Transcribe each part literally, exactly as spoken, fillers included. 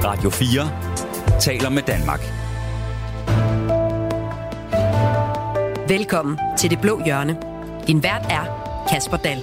Radio fire taler med Danmark. Velkommen til Det Blå Hjørne. Din vært er Kasper Dahl.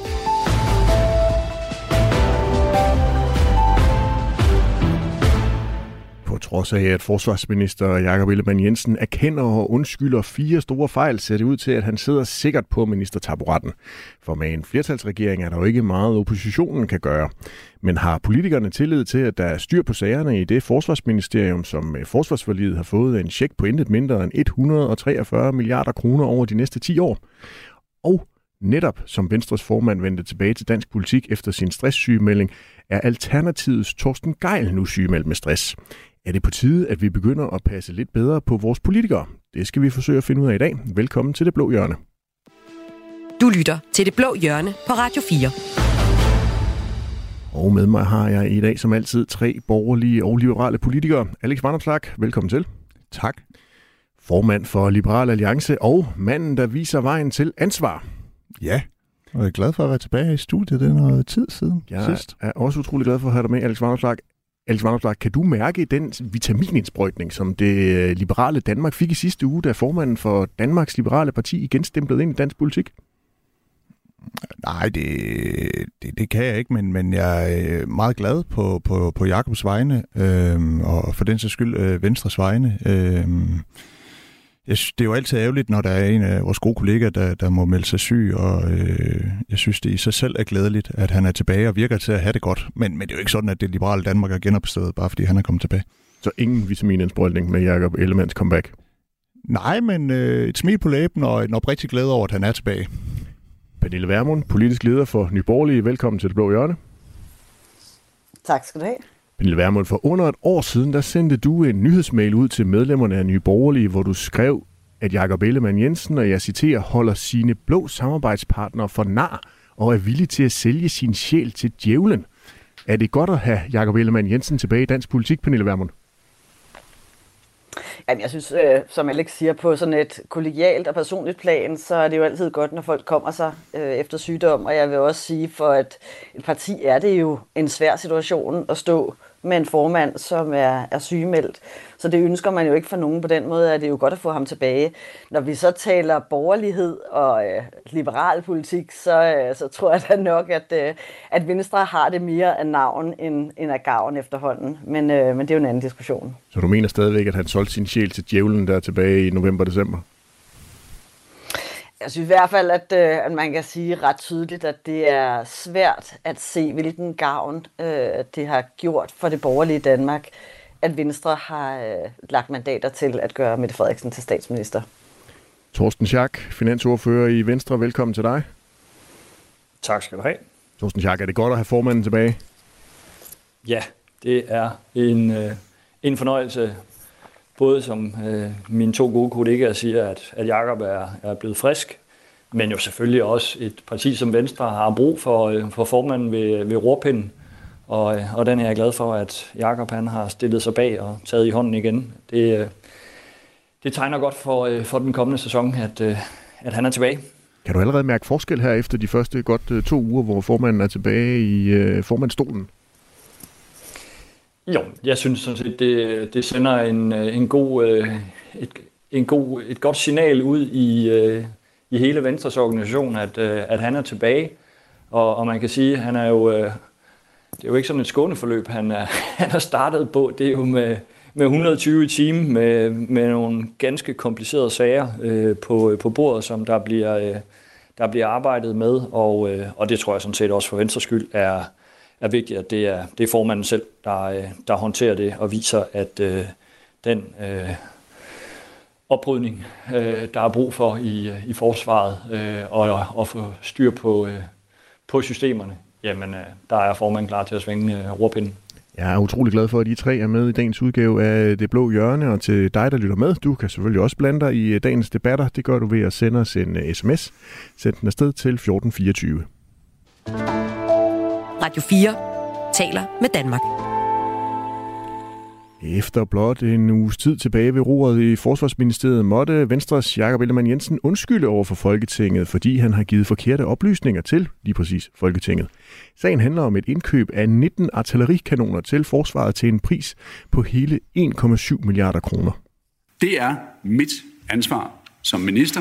På trods af, at forsvarsminister Jakob Ellemann-Jensen erkender og undskylder fire store fejl, ser det ud til, at han sidder sikkert på ministertaburetten. For med en flertalsregering er der jo ikke meget, oppositionen kan gøre. Men har politikerne tillid til, at der er styr på sagerne i det forsvarsministerium, som med forsvarsforliget har fået en check på intet mindre end et hundrede og treogfyrre milliarder kroner over de næste ti år? Og netop som Venstres formand vendte tilbage til dansk politik efter sin stresssygemelding, er Alternativets Torsten Gejl nu sygemeldt med stress. Er det på tide, at vi begynder at passe lidt bedre på vores politikere? Det skal vi forsøge at finde ud af i dag. Velkommen til Det Blå Hjørne. Du lytter til Det Blå Hjørne på Radio fire. Og med mig har jeg i dag som altid tre borgerlige og liberale politikere. Alex Vanopslagh, velkommen til. Tak. Formand for Liberal Alliance og manden, der viser vejen til ansvar. Ja, og jeg er glad for at være tilbage i studiet. Det er noget tid siden Jeg sidst. er også utrolig glad for at have dig med, Alex Vanopslagh. Alex Vanopslagh, kan du mærke den vitaminindsprøjtning, som det liberale Danmark fik i sidste uge, da formanden for Danmarks Liberale Parti igen stemplede ind i dansk politik? Nej, det, det, det kan jeg ikke, men, men jeg er meget glad på, på, på Jakobs vegne, øhm, og for den sags skyld øh, Venstres vegne. Øhm, jeg synes, det er jo altid ærgerligt, når der er en af vores gode kollegaer, der, der må melde sig syg, og øh, jeg synes, det i sig selv er glædeligt, at han er tilbage og virker til at have det godt. Men, men det er jo ikke sådan, at det liberale Danmark er genopstået, bare fordi han er kommet tilbage. Så ingen vitaminindsprøjtning med Jakob Ellemanns comeback? Nej, men øh, et smil på læben og en oprigtig glæde over, at han er tilbage. Pernille Vermund, politisk leder for Nye Borgerlige. Velkommen til Det Blå Hjørne. Tak skal du have. Pernille Vermund, for under et år siden, der sendte du en nyhedsmail ud til medlemmerne af Nye Borgerlige, hvor du skrev, at Jakob Ellemann-Jensen, og jeg citerer, holder sine blå samarbejdspartnere for nar og er villig til at sælge sin sjæl til djævlen. Er det godt at have Jakob Ellemann-Jensen tilbage i dansk politik, Pernille Vermund? Jamen, jeg synes, øh, som Alex siger, på sådan et kollegialt og personligt plan, så er det jo altid godt, når folk kommer sig øh, efter sygdom. Og jeg vil også sige, for et, et parti er det jo en svær situation at stå med en formand, som er, er sygemeldt. Så det ønsker man jo ikke for nogen. På den måde er det jo godt at få ham tilbage. Når vi så taler borgerlighed og øh, liberal politik, så, øh, så tror jeg da nok, at, øh, at Venstre har det mere af navn end, end af gavn efterhånden. Men, øh, men det er jo en anden diskussion. Så du mener stadigvæk, at han solgte sin sjæl til djævlen der tilbage i november-december? Jeg synes i hvert fald, at, øh, at man kan sige ret tydeligt, at det er svært at se, hvilken gavn øh, det har gjort for det borgerlige Danmark, at Venstre har øh, lagt mandater til at gøre Mette Frederiksen til statsminister. Torsten Schack, finansordfører i Venstre. Velkommen til dig. Tak skal du have. Torsten Schack, er det godt at have formanden tilbage? Ja, det er en, øh, en fornøjelse. Både som øh, mine to gode kollegaer siger, at, at Jakob er, er blevet frisk, men jo selvfølgelig også et parti som Venstre har brug for, øh, for formanden ved, ved rorpinden. Og, øh, og den er jeg glad for, at Jakob han har stillet sig bag og taget i hånden igen. Det, øh, det tegner godt for, øh, for den kommende sæson, at, øh, at han er tilbage. Kan du allerede mærke forskel her efter de første godt øh, to uger, hvor formanden er tilbage i øh, formandsstolen? Jo, jeg synes sådan set, det, det sender en, en god, et, en god, et godt signal ud i, i hele Venstres organisation, at, at han er tilbage. Og, og man kan sige, at han er jo, det er jo ikke sådan et skåneforløb, han er, han er startet på. Det er jo med, med et hundrede og tyve i timen, med, med nogle ganske komplicerede sager øh, på, på bordet, som der bliver, øh, der bliver arbejdet med. Og, øh, og det tror jeg sådan set også for Venstres skyld er er vigtigt, at det er, det er formanden selv, der, der håndterer det og viser, at øh, den øh, oprydning, øh, der er brug for i, i forsvaret, øh, og, og få styr på, øh, på systemerne, jamen øh, der er formanden klar til at svinge øh, rorpinden. Jeg er utrolig glad for, at I tre er med i dagens udgave af Det Blå Hjørne, og til dig, der lytter med, du kan selvfølgelig også blande dig i dagens debatter. Det gør du ved at sende os en sms. Send den afsted til fjorten fireogtyve. Radio fire taler med Danmark. Efter blot en uges tid tilbage ved roret i Forsvarsministeriet, måtte Venstres Jakob Ellemann-Jensen undskylde over for Folketinget, fordi han har givet forkerte oplysninger til lige præcis Folketinget. Sagen handler om et indkøb af nitten artillerikanoner til forsvaret til en pris på hele en komma syv milliarder kroner. Det er mit ansvar som minister,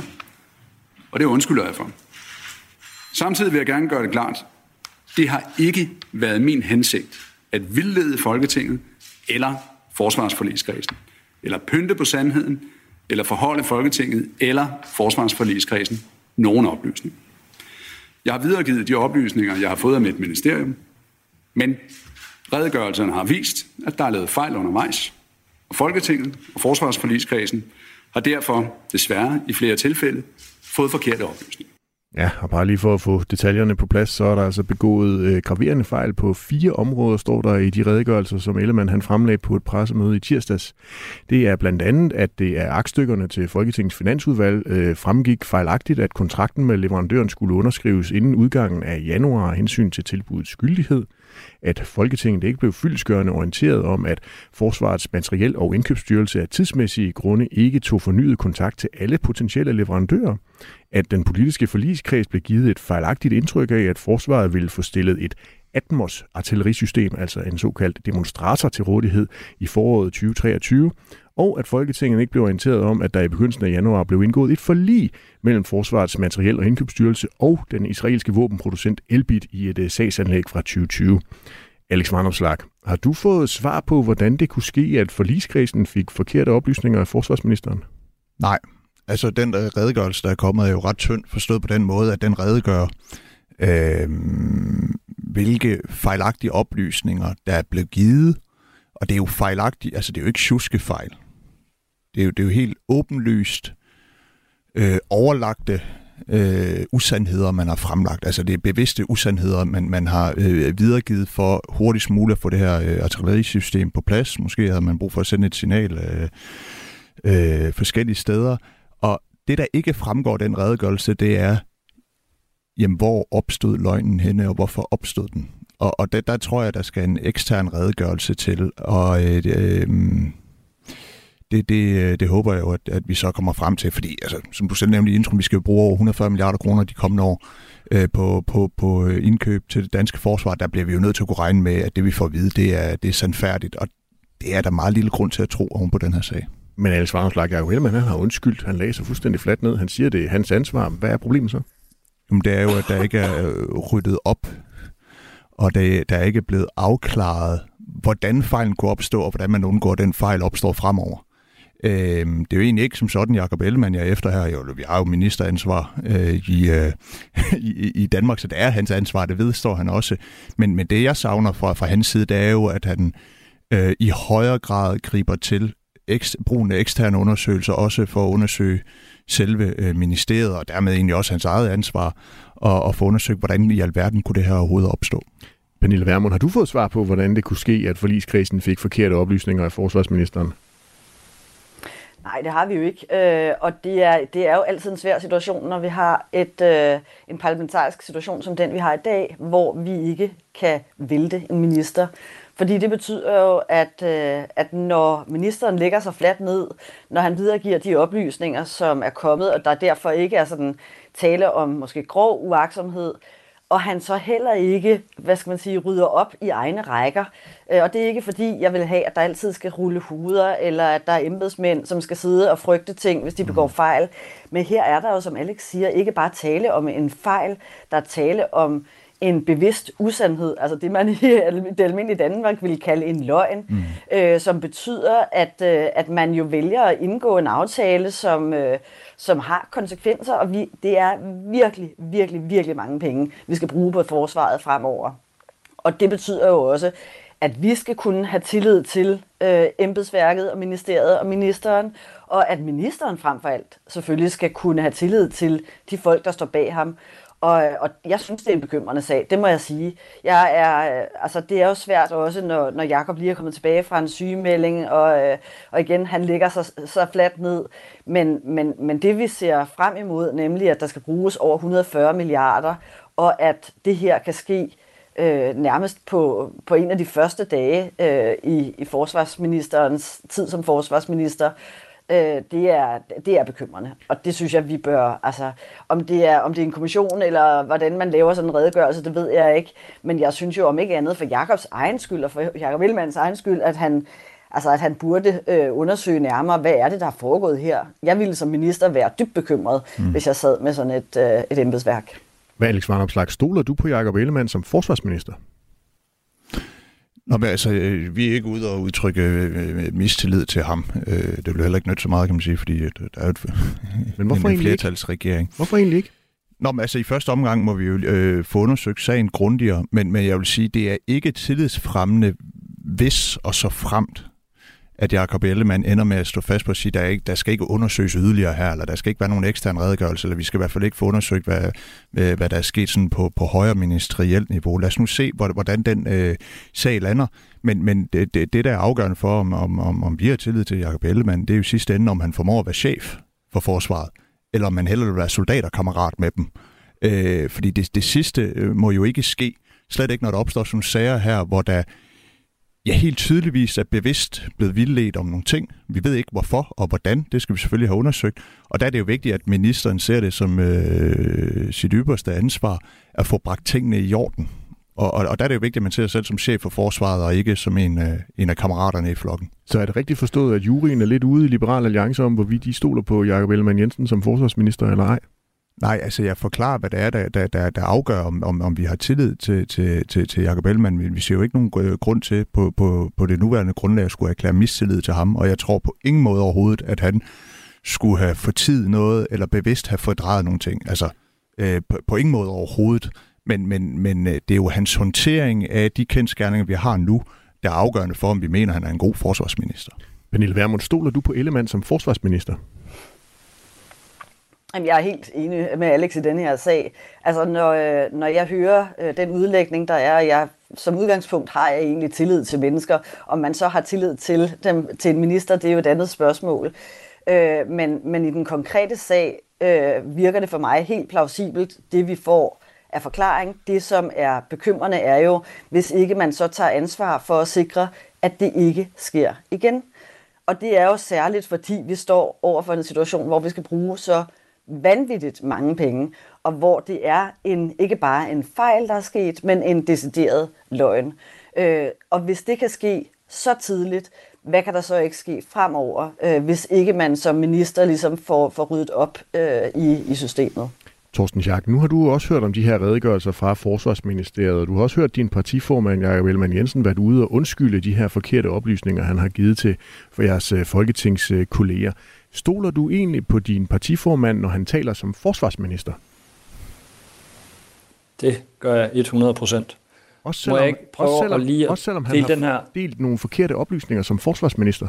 og det undskylder jeg for. Samtidig vil jeg gerne gøre det klart, det har ikke været min hensigt at vildlede Folketinget eller forsvarsforligskredsen, eller pynte på sandheden, eller forholde Folketinget eller forsvarsforligskredsen nogen oplysning. Jeg har videregivet de oplysninger, jeg har fået af mit ministerium, men redegørelserne har vist, at der er lavet fejl undervejs, og Folketinget og forsvarsforligskredsen har derfor desværre i flere tilfælde fået forkerte oplysninger. Ja, og bare lige for at få detaljerne på plads, så er der altså begået øh, graverende fejl på fire områder, står der i de redegørelser, som Ellemann han fremlagde på et pressemøde i tirsdags. Det er blandt andet, at det er aktstykkerne til Folketingets finansudvalg øh, fremgik fejlagtigt, at kontrakten med leverandøren skulle underskrives inden udgangen af januar af hensyn til tilbudets gyldighed. At Folketinget ikke blev fyldestgørende orienteret om, at Forsvarets Materiel- og Indkøbsstyrelse af tidsmæssige grunde ikke tog fornyet kontakt til alle potentielle leverandører. At den politiske forligskreds blev givet et fejlagtigt indtryk af, at Forsvaret ville få stillet et Atmos artillerisystem, altså en såkaldt demonstrator, til rådighed i foråret tyve treogtyve, og at Folketinget ikke blev orienteret om, at der i begyndelsen af januar blev indgået et forlig mellem Forsvarets Materiel- og Indkøbsstyrelse og den israelske våbenproducent Elbit i et sagsanlæg fra tyve tyve. Alex Vanopslagh, har du fået svar på, hvordan det kunne ske, at forligskredsen fik forkerte oplysninger af forsvarsministeren? Nej, altså den redegørelse, der er kommet, er jo ret tynd forstået på den måde, at den redegør, øh, hvilke fejlagtige oplysninger, der er blevet givet. Og det er jo fejlagtigt, altså det er jo ikke sjuskefejl. Det er jo, det er jo helt åbenlyst øh, overlagte øh, usandheder, man har fremlagt. Altså det er bevidste usandheder, man, man har øh, videregivet for hurtigst muligt at få det her øh, artillerisystem på plads. Måske havde man brug for at sende et signal øh, øh, forskellige steder. Og det, der ikke fremgår den redegørelse, det er, jamen, hvor opstod løgnen henne, og hvorfor opstod den? Og, og der, der tror jeg, der skal en ekstern redegørelse til, og øh, øh, det, det, det håber jeg jo, at, at vi så kommer frem til, fordi, altså, som du selv nævnte i introen, vi skal jo bruge over et hundrede og fyrre milliarder kroner de kommende år øh, på, på, på indkøb til det danske forsvar. Der bliver vi jo nødt til at kunne regne med, at det vi får at vide, det er, det er sandfærdigt, og det er der meget lille grund til at tro oven på den her sag. Men Alex Vanopslagh, Jakob Ellemann, han har undskyldt, han lagde sig fuldstændig fladt ned, han siger, det er hans ansvar. Hvad er problemet så? Jamen, det er jo, at der ikke er ryddet op, og det, der er ikke blevet afklaret, hvordan fejlen kunne opstå, og hvordan man undgår, at den fejl opstår fremover. Øhm, det er jo egentlig ikke som sådan, Jakob Ellemann, jeg efter her, jo, vi har jo ministeransvar øh, i, øh, i, i Danmark, så det er hans ansvar, det vedstår han også. Men, men det, jeg savner fra, fra hans side, det er jo, at han øh, i højere grad griber til eks, brugen af eksterne undersøgelser, også for at undersøge selve øh, ministeriet, og dermed egentlig også hans eget ansvar, og, og få undersøgt, hvordan i alverden kunne det her overhovedet opstå. Pernille Vermund, har du fået svar på, hvordan det kunne ske, at forligskredsen fik forkerte oplysninger af forsvarsministeren? Nej, det har vi jo ikke, øh, og det er, det er jo altid en svær situation, når vi har et, øh, en parlamentarisk situation som den, vi har i dag, hvor vi ikke kan vælte en minister. Fordi det betyder jo, at, øh, at når ministeren lægger sig fladt ned, når han videregiver de oplysninger, som er kommet, og der derfor ikke er sådan tale om måske grov uagtsomhed, og han så heller ikke, hvad skal man sige, rydder op i egne rækker. Og det er ikke fordi, jeg vil have, at der altid skal rulle huder, eller at der er embedsmænd, som skal sidde og frygte ting, hvis de begår fejl. Men her er der jo, som Alex siger, ikke bare tale om en fejl, der er tale om en bevidst usandhed, altså det man i det almindelige Danmark ville kalde en løgn, mm. øh, som betyder, at, øh, at man jo vælger at indgå en aftale, som, øh, som har konsekvenser, og vi, det er virkelig, virkelig, virkelig mange penge, vi skal bruge på forsvaret fremover. Og det betyder jo også, at vi skal kunne have tillid til øh, embedsværket og ministeriet og ministeren, og at ministeren frem for alt selvfølgelig skal kunne have tillid til de folk, der står bag ham. Og, og jeg synes, det er en bekymrende sag, det må jeg sige. Jeg er, altså, det er jo svært også, når, når Jakob lige er kommet tilbage fra en sygemelding, og, og igen, han ligger så, så fladt ned. Men, men, men det, vi ser frem imod, nemlig at der skal bruges over et hundrede og fyrre milliarder, og at det her kan ske øh, nærmest på, på en af de første dage øh, i, i forsvarsministerens tid som forsvarsminister. Øh, det, er, det er bekymrende, og det synes jeg, vi bør, altså, om det er, om det er en kommission, eller hvordan man laver sådan en redegørelse, det ved jeg ikke, men jeg synes jo om ikke andet for Jacobs egen skyld, og for Jakob Ellemann-Jensens egen skyld, at han, altså, at han burde øh, undersøge nærmere, hvad er det, der er foregået her. Jeg ville som minister være dybt bekymret, mm. hvis jeg sad med sådan et, øh, et embedsværk. Hvad, Alex Vanopslagh, stoler du på Jakob Ellemann som forsvarsminister? Nå, men altså, vi er ikke ude og udtrykke øh, mistillid til ham. Øh, det vil heller ikke nytte så meget, kan man sige, fordi der er jo et, men hvorfor en flertalsregering. Hvorfor egentlig ikke? Nå, men altså, i første omgang må vi jo øh, få undersøgt sagen grundigere, men, men jeg vil sige, det er ikke tillidsfremmende, hvis og så fremt, at Jakob Ellemann ender med at stå fast på at sige, at der, ikke, der skal ikke undersøges yderligere her, eller der skal ikke være nogen ekstern redegørelse, eller vi skal i hvert fald ikke få undersøgt, hvad, hvad, hvad der er sket sådan på, på højere ministerielt niveau. Lad os nu se, hvordan den øh, sag lander. Men, men det, det, det, der er afgørende for, om, om, om vi har tillid til Jakob Ellemann, det er jo i sidste ende, om han formår at være chef for forsvaret, eller om man hellere vil være soldaterkammerat med dem. Øh, fordi det, det sidste øh, må jo ikke ske, slet ikke når der opstår sådan sager her, hvor der ja, helt tydeligvis er bevidst blevet vildledt om nogle ting. Vi ved ikke hvorfor og hvordan, det skal vi selvfølgelig have undersøgt. Og der er det jo vigtigt, at ministeren ser det som øh, sit ypperste ansvar at få bragt tingene i orden. Og, og, og der er det jo vigtigt, at man ser sig selv som chef for forsvaret og ikke som en, øh, en af kammeraterne i flokken. Så er det rigtigt forstået, at juryen er lidt ude i Liberal Alliance om, hvorvidt de stoler på Jakob Ellemann-Jensen som forsvarsminister eller ej? Nej, altså jeg forklarer, hvad det er, der, der, der, der afgør, om, om, om vi har tillid til, til, til, til Jakob Ellemann. Vi ser jo ikke nogen grund til på, på, på det nuværende grundlag at skulle erklære mistillid til ham, og jeg tror på ingen måde overhovedet, at han skulle have fortidet noget, eller bevidst have fordrejet nogle ting. Altså øh, på, på ingen måde overhovedet, men, men, men det er jo hans håndtering af de kendsgerninger, vi har nu, der er afgørende for, om vi mener, at han er en god forsvarsminister. Pernille Vermund, stoler du på Ellemann som forsvarsminister? Jeg er helt enig med Alex i den her sag. Altså, når, når jeg hører øh, den udlægning, der er, jeg som udgangspunkt har jeg egentlig tillid til mennesker. Om man så har tillid til dem, til en minister, det er jo et andet spørgsmål. Øh, men, men i den konkrete sag øh, virker det for mig helt plausibelt, det vi får af forklaring. Det, som er bekymrende, er jo, hvis ikke man så tager ansvar for at sikre, at det ikke sker igen. Og det er jo særligt, fordi vi står over for en situation, hvor vi skal bruge så vanvittigt mange penge, og hvor det er en, ikke bare en fejl, der er sket, men en decideret løgn. Øh, og hvis det kan ske så tidligt, hvad kan der så ikke ske fremover, øh, hvis ikke man som minister ligesom får, får ryddet op øh, i, i systemet? Torsten Schack, nu har du også hørt om de her redegørelser fra Forsvarsministeriet. Du har også hørt din partiformand, Jakob Ellemann-Jensen, været ude og undskylde de her forkerte oplysninger, han har givet til for jeres folketingskolleger. Stoler du egentlig på din partiformand, når han taler som forsvarsminister? Det gør jeg hundrede procent. Også selvom, Må jeg ikke prøve også selvom, at lige også selvom han har den her... delt nogle forkerte oplysninger som forsvarsminister?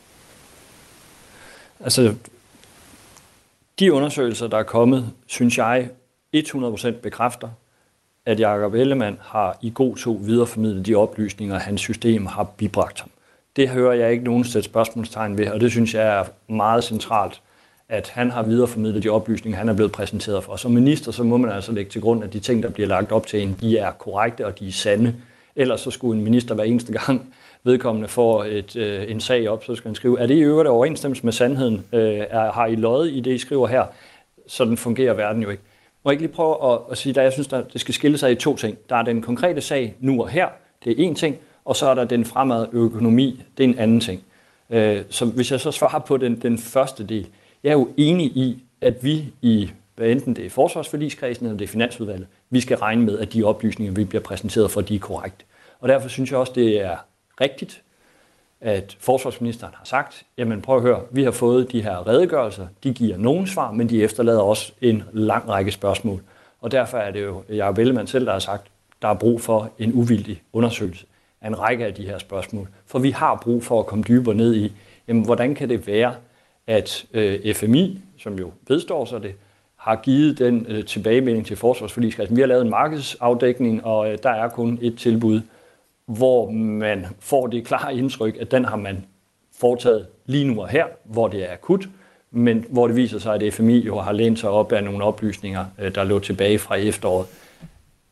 Altså, de undersøgelser, der er kommet, synes jeg hundrede procent bekræfter, at Jakob Ellemann har i god tro videreformidlet de oplysninger, hans system har bibragt ham. Det hører jeg ikke nogen sætte spørgsmålstegn ved, og det synes jeg er meget centralt, at han har videreformidlet de oplysninger, han er blevet præsenteret for. Som minister, så må man altså lægge til grund, at de ting, der bliver lagt op til en, de er korrekte og de er sande. Ellers så skulle en minister hver eneste gang vedkommende får et, øh, en sag op, så skal han skrive, er det i øvrigt overensstemmelse med sandheden? Øh, er, har I løjet i det, I skriver her? Sådan fungerer verden jo ikke. Må jeg ikke lige prøve at, at sige, at jeg synes, at det skal skille sig i to ting. Der er den konkrete sag nu og her, det er én ting, og så er der den fremad økonomi, det er en anden ting. Øh, så hvis jeg så svarer på den, den første del, jeg er jo enig i, at vi i, hvad enten det er forsvarsforligskredsen eller det er finansudvalget, vi skal regne med, at de oplysninger, vi bliver præsenteret for, de er korrekte. Og derfor synes jeg også, det er rigtigt, at forsvarsministeren har sagt, jamen prøv at høre, vi har fået de her redegørelser, de giver nogle svar, men de efterlader også en lang række spørgsmål. Og derfor er det jo Jakob Ellemann selv, der har sagt, der er brug for en uvildig undersøgelse af en række af de her spørgsmål. For vi har brug for at komme dybere ned i, jamen hvordan kan det være, at øh, F M I, som jo vedstår sig det, har givet den øh, tilbagemelding til forsvarsforligskredsen. Vi har lavet en markedsafdækning, og øh, der er kun et tilbud, hvor man får det klare indtryk, at den har man foretaget lige nu og her, hvor det er akut, men hvor det viser sig, at F M I jo har lænet sig op af nogle oplysninger, der lå tilbage fra efteråret.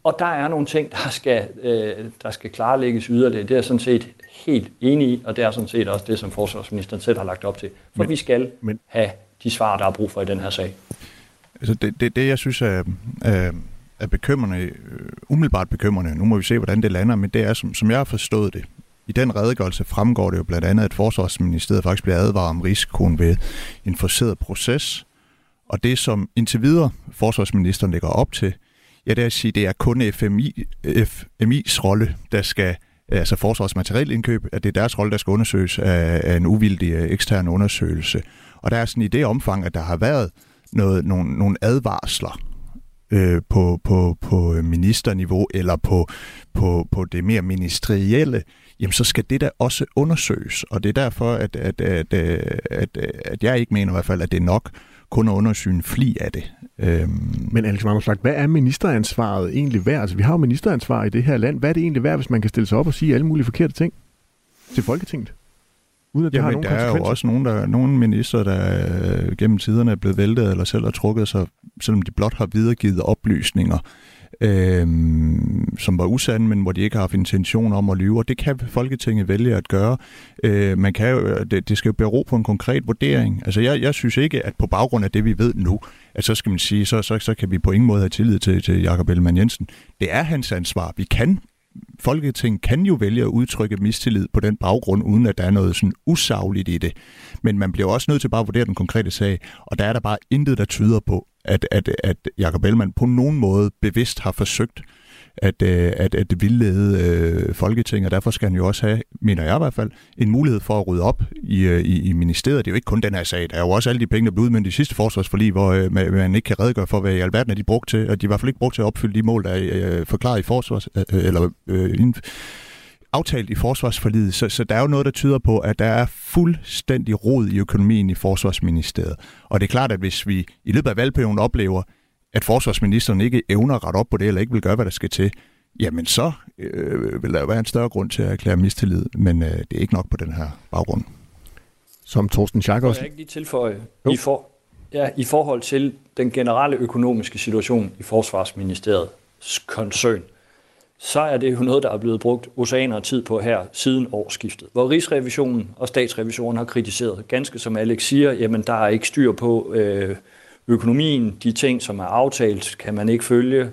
Og der er nogle ting, der skal, øh, der skal klarlægges yderligere. Det er jeg sådan set helt enig i, og det er sådan set også det, som forsvarsministeren selv har lagt op til. For men, vi skal men, have de svar, der er brug for i den her sag. Altså det, det, det jeg synes er, er, er bekymrende, umiddelbart bekymrende, nu må vi se, hvordan det lander, men det er, som, som jeg har forstået det, i den redegørelse fremgår det jo blandt andet, at Forsvarsministeriet faktisk bliver advaret om risikoen ved en forceret proces. Og det, som indtil videre forsvarsministeren lægger op til, ja, det er at sige, det er kun F M I, F M I's rolle, der skal, altså forsvarsmaterielindkøb, at det er deres rolle, der skal undersøges af, af en uvildig ekstern undersøgelse. Og der er sådan i det omfang, at der har været noget, nogle, nogle advarsler øh, på, på, på ministerniveau eller på, på, på det mere ministerielle, jamen så skal det da også undersøges. Og det er derfor, at, at, at, at, at jeg ikke mener i hvert fald, at det er nok kun at undersøge en fli af det. Øhm. Men Alex Vanopslagh, hvad er ministeransvaret egentlig værd? Altså, vi har jo ministeransvar i det her land. Hvad er det egentlig værd, hvis man kan stille sig op og sige alle mulige forkerte ting til Folketinget? Uden at det Jamen, har nogen der er jo også nogle, der, nogle minister, der øh, gennem tiderne er blevet væltet eller selv har trukket sig, selvom de blot har videregivet oplysninger, øh, som var usande, men hvor de ikke har haft intention om at lyve. Og det kan Folketinget vælge at gøre. Øh, man kan jo, det, det skal jo bero på en konkret vurdering. Altså, jeg, jeg synes ikke, at på baggrund af det, vi ved nu, at så skal man sige, så, så, så kan vi på ingen måde have tillid til, til Jakob Ellemann-Jensen. Det er hans ansvar. Vi kan Folketinget kan jo vælge at udtrykke mistillid på den baggrund, uden at der er noget sådan usagligt i det. Men man bliver også nødt til bare at vurdere den konkrete sag, og der er der bare intet, der tyder på, at, at, at Jakob Ellemann på nogen måde bevidst har forsøgt at, at, at vildlede øh, Folketinget, og derfor skal han jo også have, mener jeg i hvert fald, en mulighed for at rydde op i, i, i ministeriet. Det er jo ikke kun den her sag. Der er jo også alle de penge, der blev udmøntet i sidste forsvarsforlig, hvor øh, man ikke kan redegøre for, hvad i alverden er de brugt til, og de er i hvert fald ikke brugt til at opfylde de mål, der er øh, forklaret i forsvars... Øh, eller øh, aftalt i forsvarsforliget. Så, så der er jo noget, der tyder på, at der er fuldstændig rod i økonomien i Forsvarsministeriet. Og det er klart, at hvis vi i løbet af valgperioden oplever, at forsvarsministeren ikke evner at rette op på det, eller ikke vil gøre, hvad der skal til, jamen så øh, vil der jo være en større grund til at erklære mistillid, men øh, det er ikke nok på den her baggrund. Som Torsten Schack også... Jeg ikke lige tilføje, i, for, ja, i forhold til den generelle økonomiske situation i Forsvarsministeriets koncern, så er det jo noget, der er blevet brugt oceaner af tid på her siden årsskiftet, hvor Rigsrevisionen og Statsrevisionen har kritiseret. Ganske som Alex siger, jamen der er ikke styr på øh, økonomien, de ting, som er aftalt, kan man ikke følge.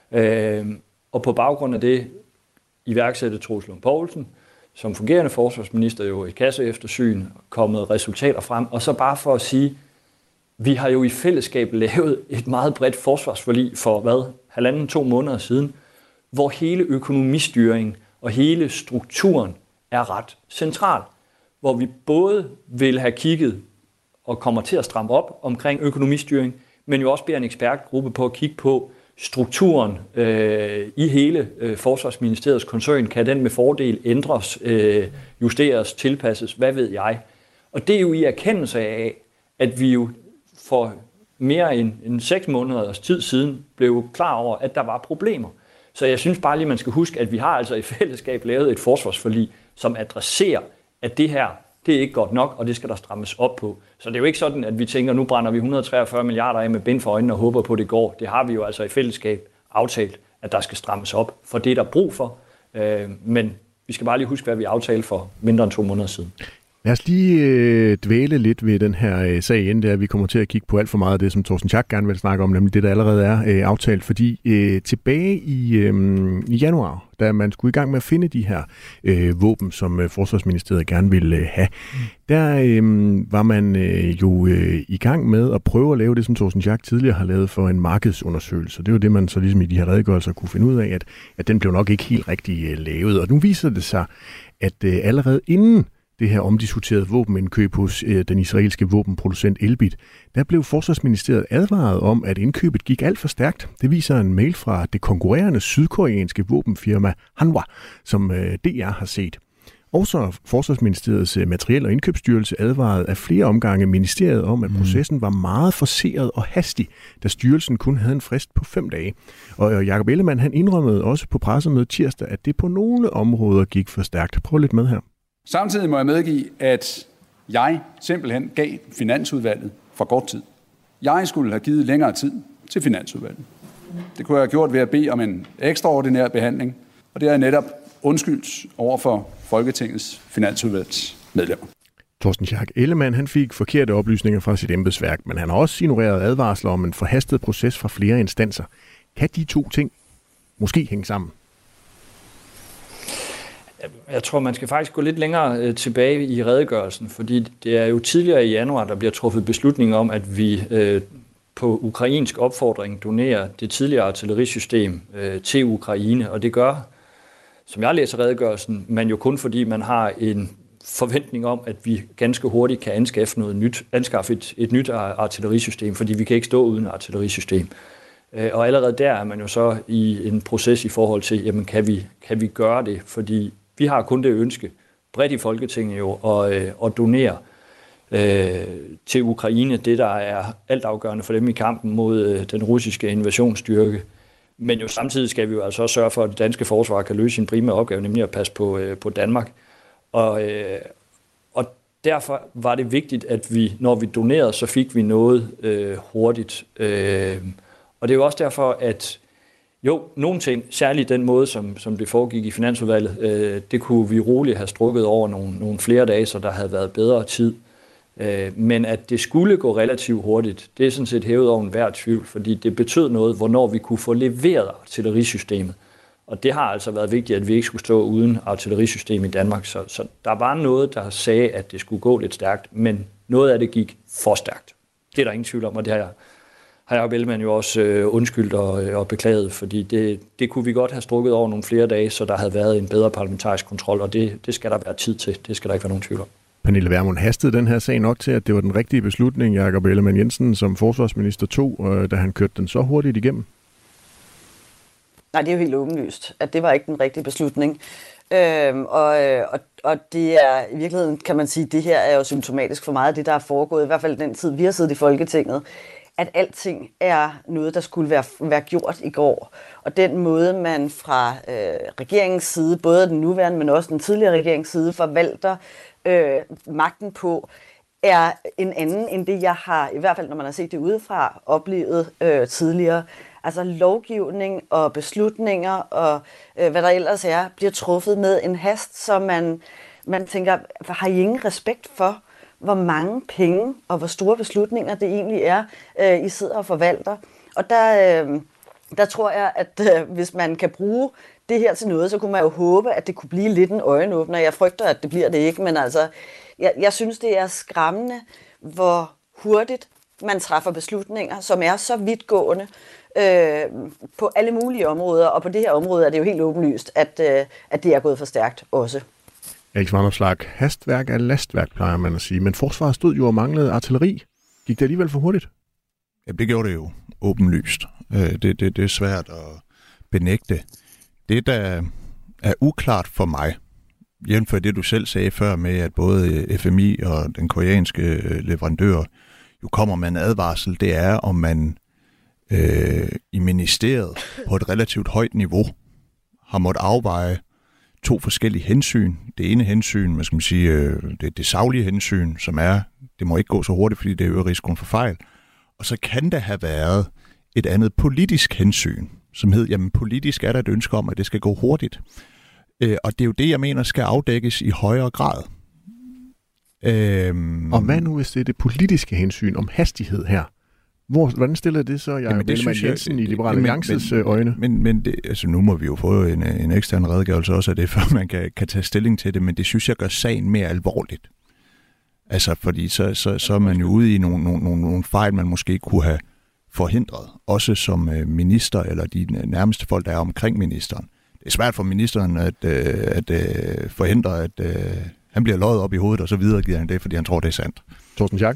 Øh, og på baggrund af det iværksatte Troels Lund Poulsen, som fungerende forsvarsminister jo i kasseeftersyn, kommet resultater frem. Og så bare for at sige, vi har jo i fællesskab lavet et meget bredt forsvarsforlig for hvad, halvanden, to måneder siden, hvor hele økonomistyringen og hele strukturen er ret central. Hvor vi både vil have kigget og kommer til at stramme op omkring økonomistyring, men jo også beder en ekspertgruppe på at kigge på strukturen øh, i hele øh, Forsvarsministeriets koncern. Kan den med fordel ændres, øh, justeres, tilpasses, hvad ved jeg? Og det er jo i erkendelse af, at vi jo for mere end, end seks måneders tid siden blev klar over, at der var problemer. Så jeg synes bare lige, man skal huske, at vi har altså i fællesskab lavet et forsvarsforlig, som adresserer, at det her, det er ikke godt nok, og det skal der strammes op på. Så det er jo ikke sådan, at vi tænker, nu brænder vi et hundrede og treogfyrre milliarder af med bind for øjnene og håber på, at det går. Det har vi jo altså i fællesskab aftalt, at der skal strammes op, for det er der brug for. Øh, men vi skal bare lige huske, hvad vi aftalte for mindre end to måneder siden. Lad os lige øh, dvæle lidt ved den her øh, sag, inden der vi kommer til at kigge på alt for meget af det, som Torsten Schack gerne vil snakke om, nemlig det, der allerede er øh, aftalt. Fordi øh, tilbage i, øh, i januar, da man skulle i gang med at finde de her øh, våben, som øh, Forsvarsministeriet gerne ville øh, have, der øh, var man øh, jo øh, i gang med at prøve at lave det, som Torsten Schack tidligere har lavet for en markedsundersøgelse. Det var det, man så ligesom i de her redegørelser kunne finde ud af, at, at den blev nok ikke helt rigtig øh, lavet. Og nu viser det sig, at øh, allerede inden det her omdiskuterede våbenindkøb hos øh, den israelske våbenproducent Elbit, der blev Forsvarsministeriet advaret om, at indkøbet gik alt for stærkt. Det viser en mail fra det konkurrerende sydkoreanske våbenfirma Hanwha, som øh, D R har set. Også Forsvarsministeriets øh, materiel- og indkøbsstyrelse advarede af flere omgange ministeriet om, at processen var meget forceret og hastig, da styrelsen kun havde en frist på fem dage. Og øh, Jakob Ellemann, han indrømmede også på pressemødet tirsdag, at det på nogle områder gik for stærkt. Prøv lidt med her. Samtidig må jeg medgive, at jeg simpelthen gav Finansudvalget for kort tid. Jeg skulle have givet længere tid til Finansudvalget. Det kunne jeg have gjort ved at bede om en ekstraordinær behandling, og det er netop undskyldt over for Folketingets finansudvalgs medlemmer. Torsten Schack Ellemann, han fik forkerte oplysninger fra sit embedsværk, men han har også ignoreret advarsler om en forhastet proces fra flere instanser. Kan de to ting måske hænge sammen? Jeg tror, man skal faktisk gå lidt længere tilbage i redegørelsen, fordi det er jo tidligere i januar, der bliver truffet beslutning om, at vi øh, på ukrainsk opfordring donerer det tidligere artillerisystem øh, til Ukraine, og det gør, som jeg læser redegørelsen, man jo kun fordi man har en forventning om, at vi ganske hurtigt kan anskaffe noget nyt, anskaffe et, et nyt artillerisystem, fordi vi kan ikke stå uden artillerisystem. Og allerede der er man jo så i en proces i forhold til, jamen kan vi, kan vi gøre det, fordi vi har kun det ønske, bredt i Folketinget jo, at, at donere øh, til Ukraine, det der er altafgørende for dem i kampen mod den russiske invasionsstyrke. Men jo samtidig skal vi jo altså også sørge for, at det danske forsvar kan løse sin primære opgave, nemlig at passe på, øh, på Danmark. Og, øh, og derfor var det vigtigt, at vi, når vi donerede, så fik vi noget øh, hurtigt. Øh, og det er jo også derfor, at jo, nogle ting, særligt den måde, som, som det foregik i Finansudvalget, øh, det kunne vi roligt have strukket over nogle, nogle flere dage, så der havde været bedre tid. Øh, men at det skulle gå relativt hurtigt, det er sådan set hævet over enhver tvivl, fordi det betød noget, hvornår vi kunne få leveret artillerisystemet. Og det har altså været vigtigt, at vi ikke skulle stå uden artillerisystem i Danmark. Så, så der var noget, der sagde, at det skulle gå lidt stærkt, men noget af det gik for stærkt. Det er der ingen tvivl om, og det har jeg, har Jacob Ellemann jo også øh, undskyldt og, og beklaget, fordi det, det kunne vi godt have strukket over nogle flere dage, så der havde været en bedre parlamentarisk kontrol, og det, det skal der være tid til. Det skal der ikke være nogen tvivl om. Pernille Vermund, hastede den her sag nok til, at det var den rigtige beslutning, Jacob Ellemann Jensen som forsvarsminister tog, da han kørte den så hurtigt igennem? Nej, det er jo helt åbenlyst, at det var ikke den rigtige beslutning. Øhm, og, og, og det er i virkeligheden, kan man sige, det her er jo symptomatisk for meget af det, der er foregået, i hvert fald den tid, vi har siddet i Folketinget, at alting er noget, der skulle være, være gjort i går. Og den måde, man fra øh, regeringens side, både den nuværende, men også den tidligere regeringens side, forvalter øh, magten på, er en anden end det, jeg har, i hvert fald når man har set det udefra, oplevet øh, tidligere. Altså lovgivning og beslutninger og øh, hvad der ellers er, bliver truffet med en hast, så man, man tænker, har I ingen respekt for, hvor mange penge og hvor store beslutninger det egentlig er, øh, I sidder og forvalter. Og der, øh, der tror jeg, at øh, hvis man kan bruge det her til noget, så kunne man jo håbe, at det kunne blive lidt en øjenåbner. Jeg frygter, at det bliver det ikke, men altså, jeg, jeg synes, det er skræmmende, hvor hurtigt man træffer beslutninger, som er så vidtgående øh, på alle mulige områder, og på det her område er det jo helt åbenlyst, at, øh, at det er gået for stærkt også. Erik Vanopslagh, hastværk er lastværk, plejer man at sige, men forsvaret stod jo og manglede artilleri. Gik det alligevel for hurtigt? Ja, det gjorde det jo åbenlyst. Det, det, det er svært at benægte. Det, der er uklart for mig, jævnfør det, du selv sagde før med, at både F M I og den koreanske leverandør jo kommer med en advarsel, det er, om man øh, i ministeriet på et relativt højt niveau har måttet afveje to forskellige hensyn. Det ene hensyn, hvad skal man sige, øh, det, det saglige hensyn, som er, det må ikke gå så hurtigt, fordi det øger risikoen for fejl. Og så kan der have været et andet politisk hensyn, som hed, jamen politisk er der et ønske om, at det skal gå hurtigt. Øh, og det er jo det, jeg mener, skal afdækkes i højere grad. Øhm, og hvad nu, hvis det er det politiske hensyn om hastighed her? Hvor, hvordan stiller det så, Jacob Ellemann Jensen i Liberal Alliances øjne? Men, men det, altså nu må vi jo få en, en ekstern redegørelse også af det, før man kan, kan tage stilling til det, men det synes jeg gør sagen mere alvorligt. Altså, fordi så, så, så er man jo ude i nogle, nogle, nogle, nogle fejl, man måske kunne have forhindret, også som minister eller de nærmeste folk, der er omkring ministeren. Det er svært for ministeren at, at, at forhindre, at han bliver løjet op i hovedet, og så videregiver han det, fordi han tror, det er sandt. Torsten Schack?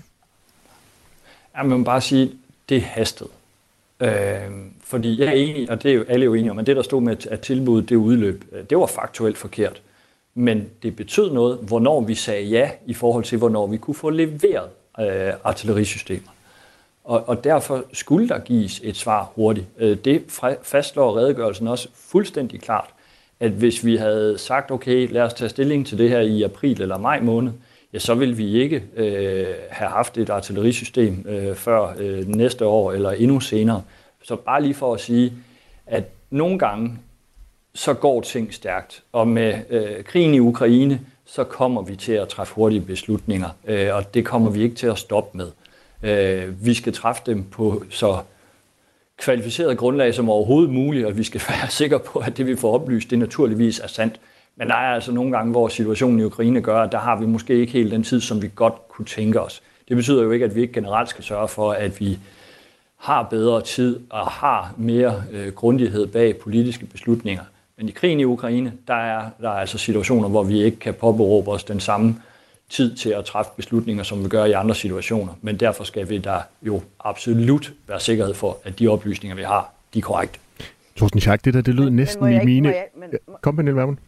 Ja, man må bare sige, det hastede. Øh, fordi jeg er enig, og det er jo alle jo enige om, at det, der stod med, at tilbuddet det udløb, det var faktuelt forkert. Men det betød noget, hvornår vi sagde ja, i forhold til, hvornår vi kunne få leveret øh, artillerisystemer. Og, og derfor skulle der gives et svar hurtigt. Øh, det fastslår redegørelsen også fuldstændig klart, at hvis vi havde sagt, okay, lad os tage stilling til det her i april eller maj måned, ja, så ville vi ikke øh, have haft et artillerisystem øh, før øh, næste år eller endnu senere. Så bare lige for at sige, at nogle gange, så går ting stærkt. Og med øh, krigen i Ukraine, så kommer vi til at træffe hurtige beslutninger, øh, og det kommer vi ikke til at stoppe med. Øh, vi skal træffe dem på så kvalificeret grundlag som overhovedet muligt, og vi skal være sikre på, at det vi får oplyst, det naturligvis er sandt. Men der er altså nogle gange, hvor situationen i Ukraine gør, at der har vi måske ikke helt den tid, som vi godt kunne tænke os. Det betyder jo ikke, at vi ikke generelt skal sørge for, at vi har bedre tid og har mere øh, grundighed bag politiske beslutninger. Men i krigen i Ukraine, der er der er altså situationer, hvor vi ikke kan påberåbe os den samme tid til at træffe beslutninger, som vi gør i andre situationer. Men derfor skal vi der jo absolut være sikkerhed for, at de oplysninger, vi har, de er korrekte. Torsten Schack, det der, det lød men, næsten men i mine... Jeg, men, Kom, Pernille Vermund.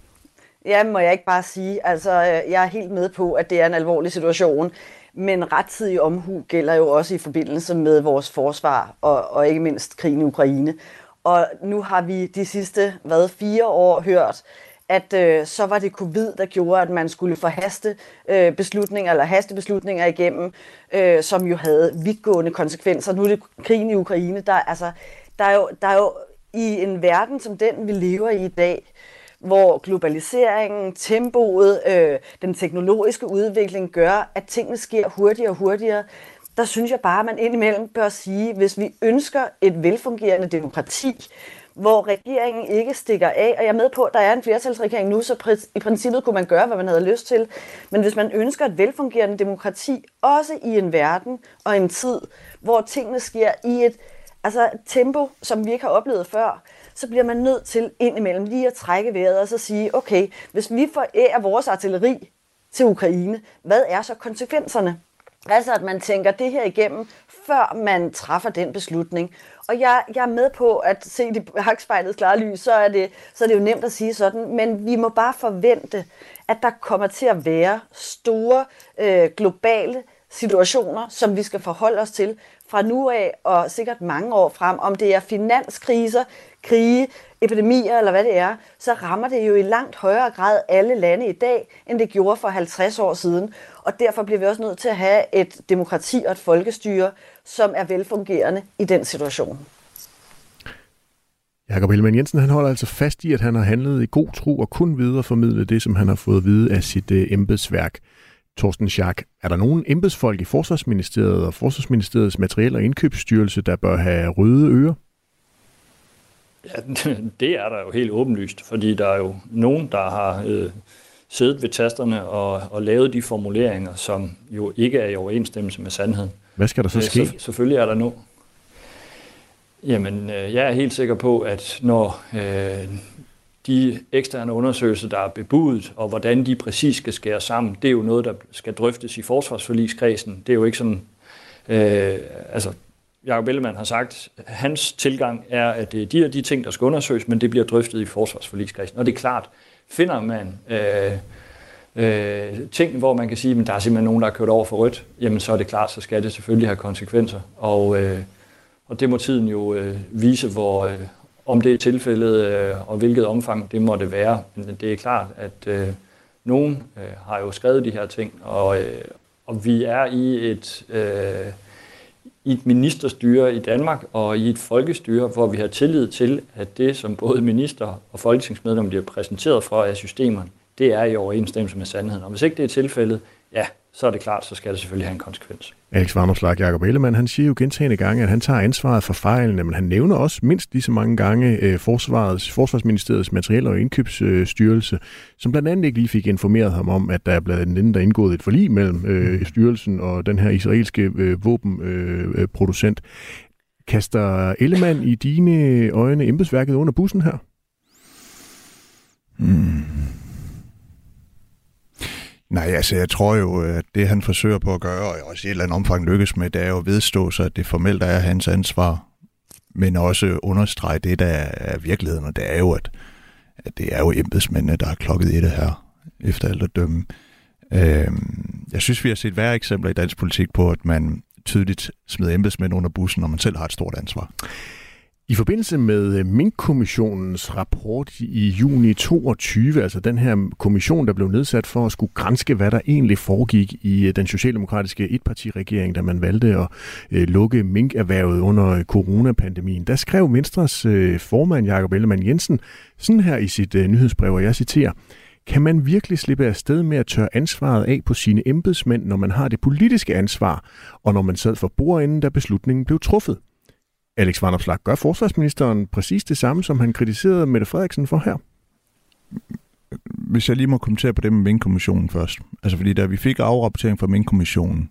Ja, må jeg ikke bare sige, altså jeg er helt med på, at det er en alvorlig situation, men rettidig omhu gælder jo også i forbindelse med vores forsvar, og, og ikke mindst krigen i Ukraine. Og nu har vi de sidste, hvad, fire år hørt, at øh, så var det covid, der gjorde, at man skulle forhaste øh, beslutninger, eller haste beslutninger igennem, øh, som jo havde vidtgående konsekvenser. Nu er det krigen i Ukraine, der, altså, der, er jo, der er jo i en verden som den, vi lever i i dag, hvor globaliseringen, tempoet, øh, den teknologiske udvikling gør, at tingene sker hurtigere og hurtigere, der synes jeg bare, at man indimellem bør sige, hvis vi ønsker et velfungerende demokrati, hvor regeringen ikke stikker af, og jeg er med på, at der er en flertalsregering nu, så i princippet kunne man gøre, hvad man havde lyst til, men hvis man ønsker et velfungerende demokrati, også i en verden og en tid, hvor tingene sker i et altså, tempo, som vi ikke har oplevet før, så bliver man nødt til indimellem lige at trække vejret og så sige, okay, hvis vi forærer vores artilleri til Ukraine, hvad er så konsekvenserne? Altså, at man tænker det her igennem, før man træffer den beslutning. Og jeg, jeg er med på at se i bakspejlets klare lys, så er, det, så er det jo nemt at sige sådan, men vi må bare forvente, at der kommer til at være store øh, globale situationer, som vi skal forholde os til fra nu af og sikkert mange år frem. Om det er finanskriser, krige, epidemier eller hvad det er, så rammer det jo i langt højere grad alle lande i dag, end det gjorde for halvtreds år siden. Og derfor bliver vi også nødt til at have et demokrati og et folkestyre, som er velfungerende i den situation. Jakob Ellemann-Jensen, han holder altså fast i, at han har handlet i god tro og kun videreformidlet det, som han har fået at vide af sit uh, embedsværk. Torsten Schack, er der nogen embedsfolk i Forsvarsministeriet og Forsvarsministeriets materiel- og indkøbsstyrelse, der bør have røde ører? Ja, det er der jo helt åbenlyst, fordi der er jo nogen, der har øh, siddet ved tasterne og, og lavet de formuleringer, som jo ikke er i overensstemmelse med sandheden. Hvad skal der så ske? Så, selvfølgelig er der nu. Jamen, øh, jeg er helt sikker på, at når øh, de eksterne undersøgelser, der er bebudet, og hvordan de præcis skal skære sammen, det er jo noget, der skal drøftes i forsvarsforligskredsen. Det er jo ikke sådan... Øh, altså, Jakob Ellemann har sagt, at hans tilgang er, at det er de og de ting, der skal undersøges, men det bliver drøftet i forsvarsforligskredsen. Og det er klart, finder man øh, øh, ting, hvor man kan sige, at der er simpelthen nogen, der har kørt over for rødt, jamen så er det klart, så skal det selvfølgelig have konsekvenser. Og, øh, og det må tiden jo øh, vise, hvor, øh, om det er tilfældet, øh, og hvilket omfang det må det være. Men det er klart, at øh, nogen øh, har jo skrevet de her ting, og, øh, og vi er i et... Øh, i et ministerstyre i Danmark og i et folkestyre, hvor vi har tillid til, at det, som både minister og folketingsmedlemmer bliver præsenteret for af systemerne, det er i overensstemmelse med sandheden. Og hvis ikke det er tilfældet, ja, så er det klart, så skal det selvfølgelig have en konsekvens. Alex Vanopslagh, Jakob Ellemann, han siger jo gentagne gange, at han tager ansvaret for fejlene, men han nævner også mindst lige så mange gange øh, Forsvarets, Forsvarsministeriets materiel- og indkøbsstyrelse, øh, som blandt andet ikke lige fik informeret ham om, at der er blandt andet der indgået et forlig mellem øh, styrelsen og den her israelske øh, våbenproducent. Øh, Kaster Ellemann i dine øjne embedsværket under bussen her? Hmm. Nej, altså jeg tror jo, at det han forsøger på at gøre, og også i et eller andet omfang lykkes med, det er jo at vedstå sig, at det formelt er hans ansvar, men også understrege det, der er virkeligheden, og det er jo, at, at det er jo embedsmændene, der har klokket i det her, efter alt at dømme. Øhm, jeg synes, vi har set værre eksempler i dansk politik på, at man tydeligt smider embedsmænd under bussen, når man selv har et stort ansvar. I forbindelse med Mink-kommissionens rapport i juni toogtyve, altså den her kommission, der blev nedsat for at skulle granske, hvad der egentlig foregik i den socialdemokratiske etpartiregering, da man valgte at lukke minkerhvervet under coronapandemien, der skrev Venstres formand Jakob Ellemann-Jensen sådan her i sit nyhedsbrev, og jeg citerer: Kan man virkelig slippe afsted med at tørre ansvaret af på sine embedsmænd, når man har det politiske ansvar, og når man sad for bordenden, da beslutningen blev truffet? Alex Vanopslagh, gør forsvarsministeren præcis det samme, som han kritiserede Mette Frederiksen for her? Hvis jeg lige må kommentere på det med Mink-kommissionen først. Altså fordi da vi fik afrapportering fra Mink-kommissionen,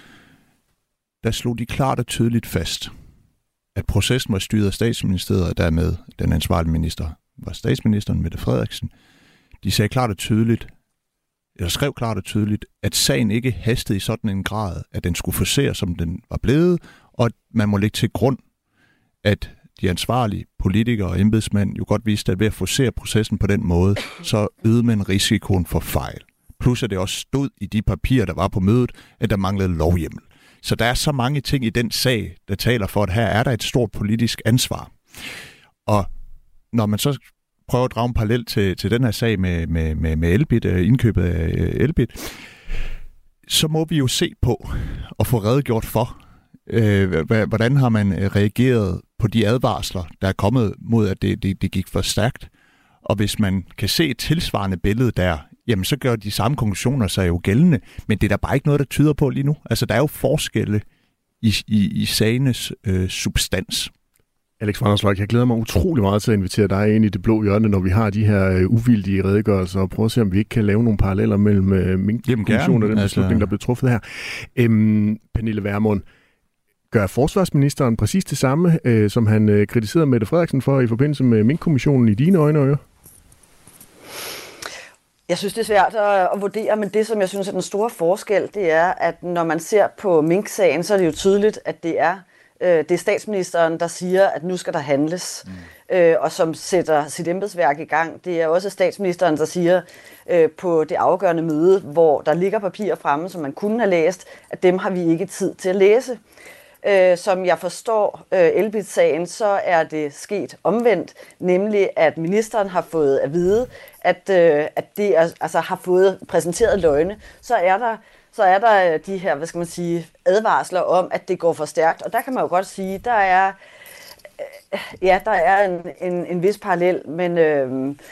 der slog de klart og tydeligt fast, at processen var styret af statsministeriet, og dermed den ansvarlige minister var statsministeren Mette Frederiksen. De sagde klart og tydeligt, eller skrev klart og tydeligt, at sagen ikke hastede i sådan en grad, at den skulle forceres, som den var blevet, og at man må lægge til grund, at de ansvarlige politikere og embedsmænd jo godt vidste, at ved at forcere processen på den måde, så øgede man risikoen for fejl. Plus at det også stod i de papirer, der var på mødet, at der manglede lovhjemmel. Så der er så mange ting i den sag, der taler for, at her er der et stort politisk ansvar. Og når man så prøver at drage en parallel til, til den her sag med, med, med, med Elbit, indkøbet af Elbit, så må vi jo se på og få redegjort for, øh, hvordan har man reageret på de advarsler, der er kommet mod, at det, det, det gik for stærkt. Og hvis man kan se et tilsvarende billede der, jamen så gør de samme konklusioner sig jo gældende, men det er der bare ikke noget, der tyder på lige nu. Altså der er jo forskelle i, i, i sagenes øh, substans. Alex Vanopslagh, jeg glæder mig utrolig meget til at invitere dig ind i det blå hjørne, når vi har de her uvildige redegørelser, og prøve at se, om vi ikke kan lave nogle paralleller mellem uh, Mink-kommissionen og den beslutning, altså, der blev truffet her. Øhm, Pernille Vermund, gør forsvarsministeren præcis det samme, øh, som han øh, kritiserede Mette Frederiksen for i forbindelse med Mink-kommissionen i dine øjne og ører? Jeg synes, det er svært at, at vurdere, men det, som jeg synes er den store forskel, det er, at når man ser på Mink-sagen, så er det jo tydeligt, at det er Det er statsministeren, der siger, at nu skal der handles, mm. øh, og som sætter sit embedsværk i gang. Det er også statsministeren, der siger øh, på det afgørende møde, hvor der ligger papirer fremme, som man kunne have læst, at dem har vi ikke tid til at læse. Øh, som jeg forstår øh, Elbit-sagen, så er det sket omvendt, nemlig at ministeren har fået at vide, at, øh, at det er, altså, har fået præsenteret løgne. Så er der så er der de her, hvad skal man sige, advarsler om, at det går for stærkt. Og der kan man jo godt sige, der er, ja, der er en, en, en vis parallel, men, øh,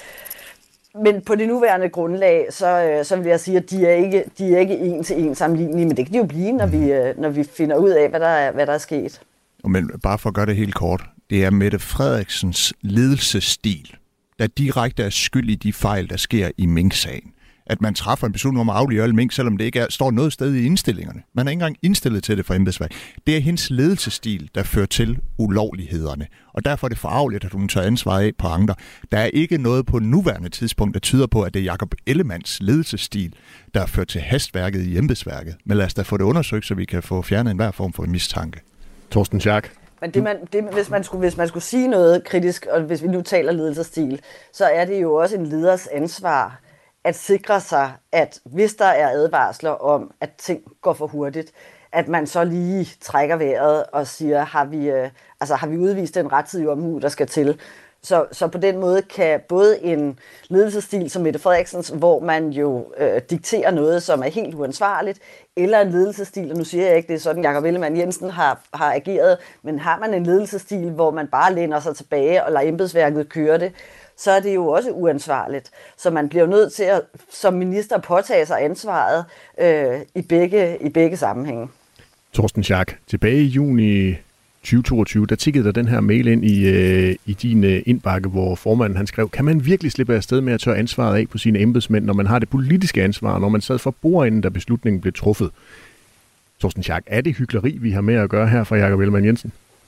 men på det nuværende grundlag, så, øh, så vil jeg sige, at de er ikke, de er ikke en til en sammenlignelige, men det kan de jo blive, når vi, øh, når vi finder ud af, hvad der er, hvad der er sket. Men bare for at gøre det helt kort, det er Mette Frederiksens ledelsesstil, der direkte er skyld i de fejl, der sker i Mink-sagen. At man træffer en beslutning om at aflive alle mink, selvom det ikke er, står noget sted i indstillingerne. Man er ikke engang indstillet til det fra embedsværk. Det er hendes ledelsesstil, der fører til ulovlighederne. Og derfor er det forarveligt, at hun tager ansvar af på andre. Der er ikke noget på nuværende tidspunkt, der tyder på, at det er Jakob Ellemanns ledelsesstil, der fører til hastværket i embedsværket. Men lad os da få det undersøgt, så vi kan få fjernet enhver form for mistanke. Torsten Schack. Men det, man, det, hvis, man skulle, hvis man skulle sige noget kritisk, og hvis vi nu taler ledelsesstil, så er det jo også en leders ansvar at sikre sig, at hvis der er advarsler om, at ting går for hurtigt, at man så lige trækker vejret og siger, har vi, øh, altså, har vi udvist den rettidige omhu, der skal til. Så, så på den måde kan både en ledelsesstil som Mette Frederiksens, hvor man jo øh, dikterer noget, som er helt uansvarligt, eller en ledelsesstil, og nu siger jeg ikke, det er sådan, Jakob Ellemann-Jensen har, har ageret, men har man en ledelsesstil, hvor man bare læner sig tilbage og lader embedsværket køre det, så er det jo også uansvarligt. Så man bliver nødt til at som minister påtage sig ansvaret øh, i, begge, i begge sammenhænge. Torsten Schack, tilbage i juni tyve toogtyve, der tikkede der den her mail ind i, øh, i din øh, indbakke, hvor formanden han skrev, kan man virkelig slippe afsted med at tørre ansvaret af på sine embedsmænd, når man har det politiske ansvar, når man sad for bordenden, da beslutningen blev truffet? Torsten Schack, er det hykleri, vi har med at gøre her fra Jakob Ellemann-Jensen?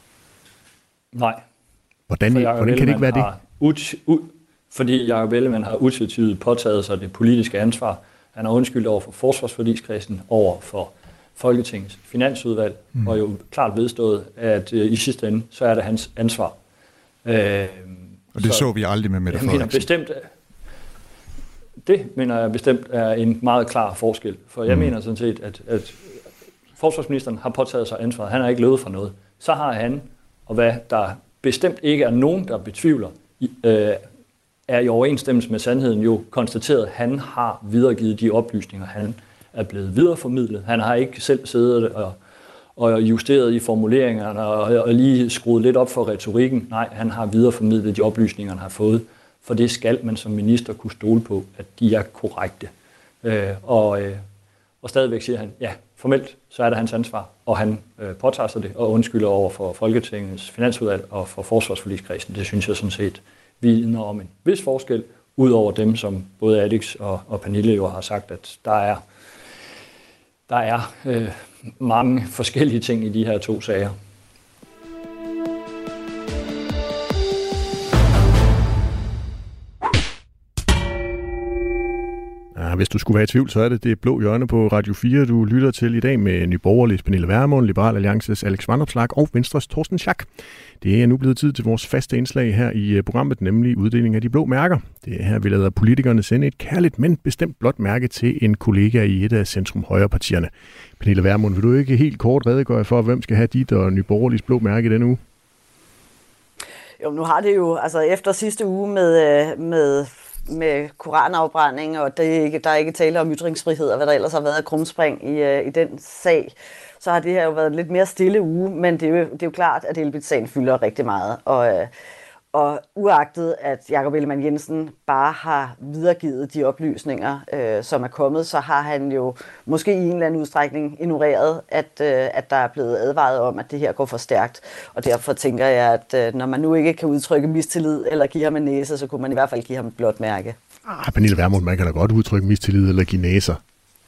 Nej. Hvordan, hvordan kan det ikke være det? Ut, u, fordi Jakob Ellemann har utvetydigt påtaget sig det politiske ansvar. Han har undskyldt over for forsvarsforligskredsen, over for Folketingets finansudvalg, mm. og jo klart vedstået, at øh, i sidste ende, så er det hans ansvar. Øh, og det så, så vi aldrig med Mette Frederiksen. Bestemt, det mener jeg bestemt er en meget klar forskel. For jeg mm. mener sådan set, at, at forsvarsministeren har påtaget sig ansvaret. Han har ikke løbet fra noget. Så har han, og hvad der bestemt ikke er nogen, der betvivler, øh, er i overensstemmelse med sandheden jo konstateret, at han har videregivet de oplysninger, han er blevet videreformidlet. Han har ikke selv siddet og, og justeret i formuleringerne og, og lige skruet lidt op for retorikken. Nej, han har videreformidlet de oplysninger, han har fået. For det skal man som minister kunne stole på, at de er korrekte. Øh, og, øh, og stadigvæk siger han, ja, formelt så er det hans ansvar, og han øh, påtager sig det og undskylder over for Folketingets finansudvalg og for forsvarsforligskredsen. Det synes jeg sådan set vidner om en vis forskel, ud over dem, som både Alex og, og Pernille jo har sagt, at der er, der er øh, mange forskellige ting i de her to sager. Ja, hvis du skulle være i tvivl, så er det det blå hjørne på Radio fire, du lytter til i dag med Nye Borgerliges Pernille Vermund, Liberal Alliances Alex Vanopslagh og Venstres Torsten Schack. Det er nu blevet tid til vores faste indslag her i programmet, nemlig uddeling af de blå mærker. Det er her, vi lader politikerne sende et kærligt, men bestemt blåt mærke til en kollega i et af centrum-højre-partierne. Pernille Vermund, vil du ikke helt kort redegøre for, hvem skal have dit og Nye Borgerliges blå mærke denne uge? Jo, nu har det jo, altså efter sidste uge med, med med koranafbrænding, og det er ikke, der er ikke tale om ytringsfrihed, og hvad der ellers har været af krumspring i, i den sag, så har det her jo været en lidt mere stille uge, men det er jo, det er jo klart, at Elbit-sagen fylder rigtig meget. Og, og uagtet, at Jakob Ellemann-Jensen bare har videregivet de oplysninger, øh, som er kommet, så har han jo måske i en eller anden udstrækning ignoreret, at, øh, at der er blevet advaret om, at det her går for stærkt. Og derfor tænker jeg, at øh, når man nu ikke kan udtrykke mistillid eller give ham en næse, så kunne man i hvert fald give ham et blåt mærke. Ah, Pernille Vermund, man kan da godt udtrykke mistillid eller give næser.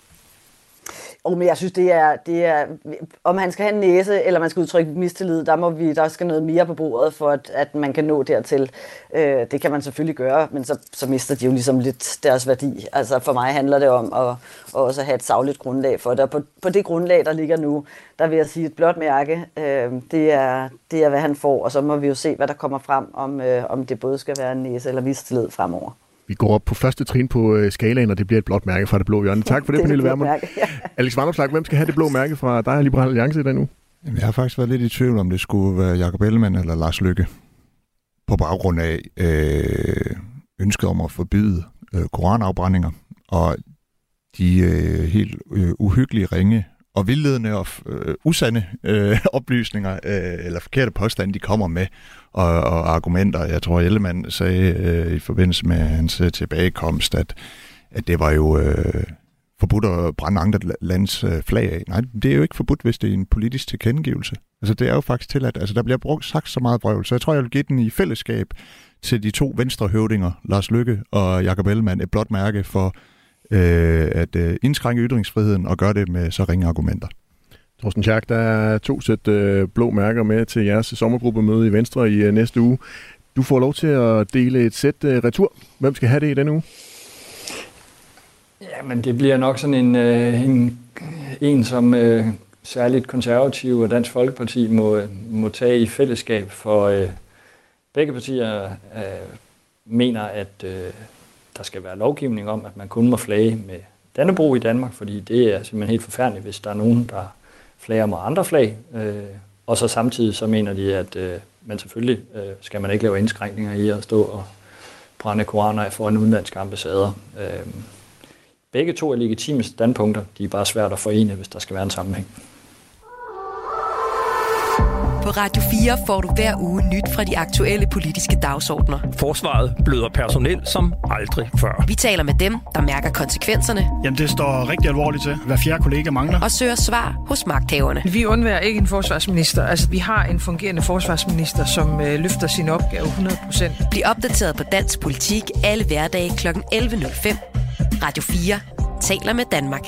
Oh, men jeg synes, det er, det er, om han skal have en næse, eller man skal udtrykke mistillid, der, må vi, der skal noget mere på bordet, for at, at man kan nå dertil. Øh, det kan man selvfølgelig gøre, men så, så mister de jo ligesom lidt deres værdi. Altså for mig handler det om at, at også have et sagligt grundlag for det. Og på, på det grundlag, der ligger nu, der vil jeg sige et blåt mærke. Øh, det, er, det er, hvad han får, og så må vi jo se, hvad der kommer frem, om, øh, om det både skal være en næse eller mistillid fremover. Vi går op på første trin på skalaen, og det bliver et blåt mærke fra det blå hjørne. Tak for det, det Pernille Vermund. Ja. Alex Vanopslagh, hvem skal have det blå mærke fra dig og Liberal Alliance i den uge? Jamen, jeg har faktisk været lidt i tvivl, om det skulle være Jakob Ellemann eller Lars Løkke. På baggrund af øh, ønsket om at forbyde øh, koranafbrændinger, og de øh, helt øh, uhyggelige ringe og vildledende og øh, usande øh, oplysninger øh, eller forkerte påstande, de kommer med, og, og argumenter. Jeg tror, Ellemann sagde øh, i forbindelse med hans øh, tilbagekomst, at, at det var jo øh, forbudt at brænde andre lands øh, flag af. Nej, det er jo ikke forbudt, hvis det er en politisk tilkendegivelse. Altså, det er jo faktisk tilladt. Altså, der bliver brugt sagt så meget vrøvl, så jeg tror, jeg vil give den i fællesskab til de to venstrehøvdinger, Lars Løkke og Jakob Ellemann, et blåt mærke for øh, at øh, indskrænke ytringsfriheden og gøre det med så ringe argumenter. Torsten Schack, der er to sæt øh, blå mærker med til jeres sommergruppemøde i Venstre i øh, næste uge. Du får lov til at dele et sæt øh, retur. Hvem skal have det i denne uge? Ja, men det bliver nok sådan en, øh, en, en som øh, særligt konservative og Dansk Folkeparti må, må tage i fællesskab, for øh, begge partier øh, mener, at øh, der skal være lovgivning om, at man kun må flage med Dannebrog i Danmark, fordi det er simpelthen helt forfærdeligt, hvis der er nogen, der flager med andre flag. Øh, og så samtidig så mener de, at øh, man selvfølgelig øh, skal man ikke lave indskrænkninger i at stå og brænde koraner af foran udenlandske ambassader. Øh, begge to er legitime standpunkter. De er bare svært at forene, hvis der skal være en sammenhæng. På Radio fire får du hver uge nyt fra de aktuelle politiske dagsordner. Forsvaret bløder personel som aldrig før. Vi taler med dem, der mærker konsekvenserne. Jamen, det står rigtig alvorligt til. Hver fjerde kollega mangler. Og søger svar hos magthaverne. Vi undværer ikke en forsvarsminister. Altså, vi har en fungerende forsvarsminister, som øh, løfter sin opgave hundrede procent. Bliv opdateret på dansk politik alle hverdage kl. elleve nul fem. Radio fire taler med Danmark.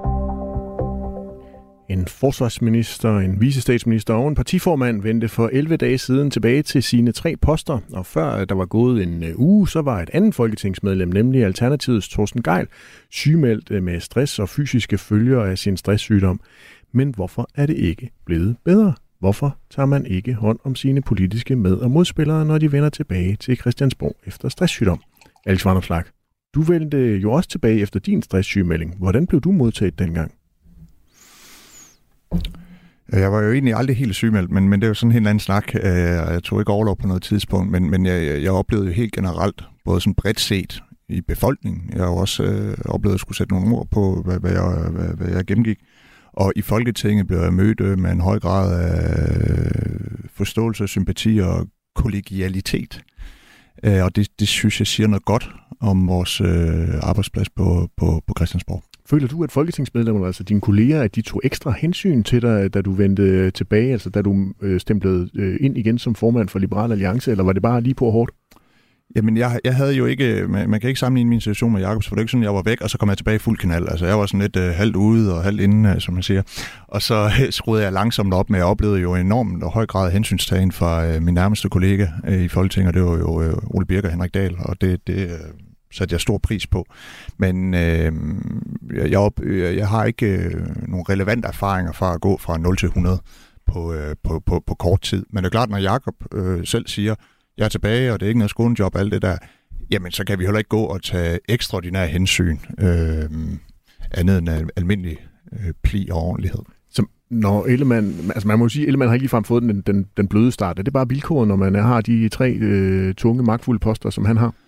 En forsvarsminister, en vicestatsminister og en partiformand vendte for elleve dage siden tilbage til sine tre poster, og før der var gået en uge, så var et andet folketingsmedlem, nemlig Alternativets Torsten Gejl, sygemeldt med stress og fysiske følger af sin stresssygdom. Men hvorfor er det ikke blevet bedre? Hvorfor tager man ikke hånd om sine politiske med- og modspillere, når de vender tilbage til Christiansborg efter stresssygdom? Alex Vanopslagh, du vendte jo også tilbage efter din stresssygemelding. Hvordan blev du modtaget dengang? Jeg var jo egentlig aldrig helt sygemeldt, men, men det er jo sådan en helt anden snak. Jeg tog ikke overlov på noget tidspunkt, men, men jeg, jeg oplevede jo helt generelt, både sådan bredt set i befolkningen. Jeg har jo også øh, oplevet at skulle sætte nogle ord på, hvad, hvad, jeg, hvad, hvad jeg gennemgik. Og i Folketinget blev jeg mødt med en høj grad af forståelse, sympati og kollegialitet. Og det, det synes jeg siger noget godt om vores øh, arbejdsplads på, på, på Christiansborg. Føler du, at folketingsmedlemmer, altså dine kolleger, at de tog ekstra hensyn til dig, da du vendte tilbage, altså da du øh, stemplede øh, ind igen som formand for Liberal Alliance, eller var det bare lige på hårdt? Jamen, jeg, jeg havde jo ikke, man, man kan ikke sammenligne min situation med Jacobs, for det er ikke sådan, jeg var væk, og så kom jeg tilbage i fuld kanal. Altså, jeg var sådan lidt øh, halvt ude og halvt inde, som man siger. Og så øh, skruede jeg langsomt op, men jeg oplevede jo enormt og høj grad af hensynstagen fra øh, min nærmeste kollega øh, i Folketinget, det var jo øh, Ole Birk og Henrik Dahl, og det, det øh, satte jeg stor pris på. Men øh, jeg, op, øh, jeg har ikke øh, nogen relevante erfaringer fra at gå fra nul til hundrede på, øh, på, på, på kort tid. Men det er klart, når Jacob øh, selv siger, jeg er tilbage, og det er ikke noget skolejob og alt det der, jamen så kan vi heller ikke gå og tage ekstraordinære hensyn, øh, andet end almindelig øh, pli og ordentlighed. Så når Ellemann, altså man må sige, Ellemann har ikke ligefrem fået den, den, den bløde start. Er det bare vilkåret, når man har de tre øh, tunge, magtfulde poster, som han har?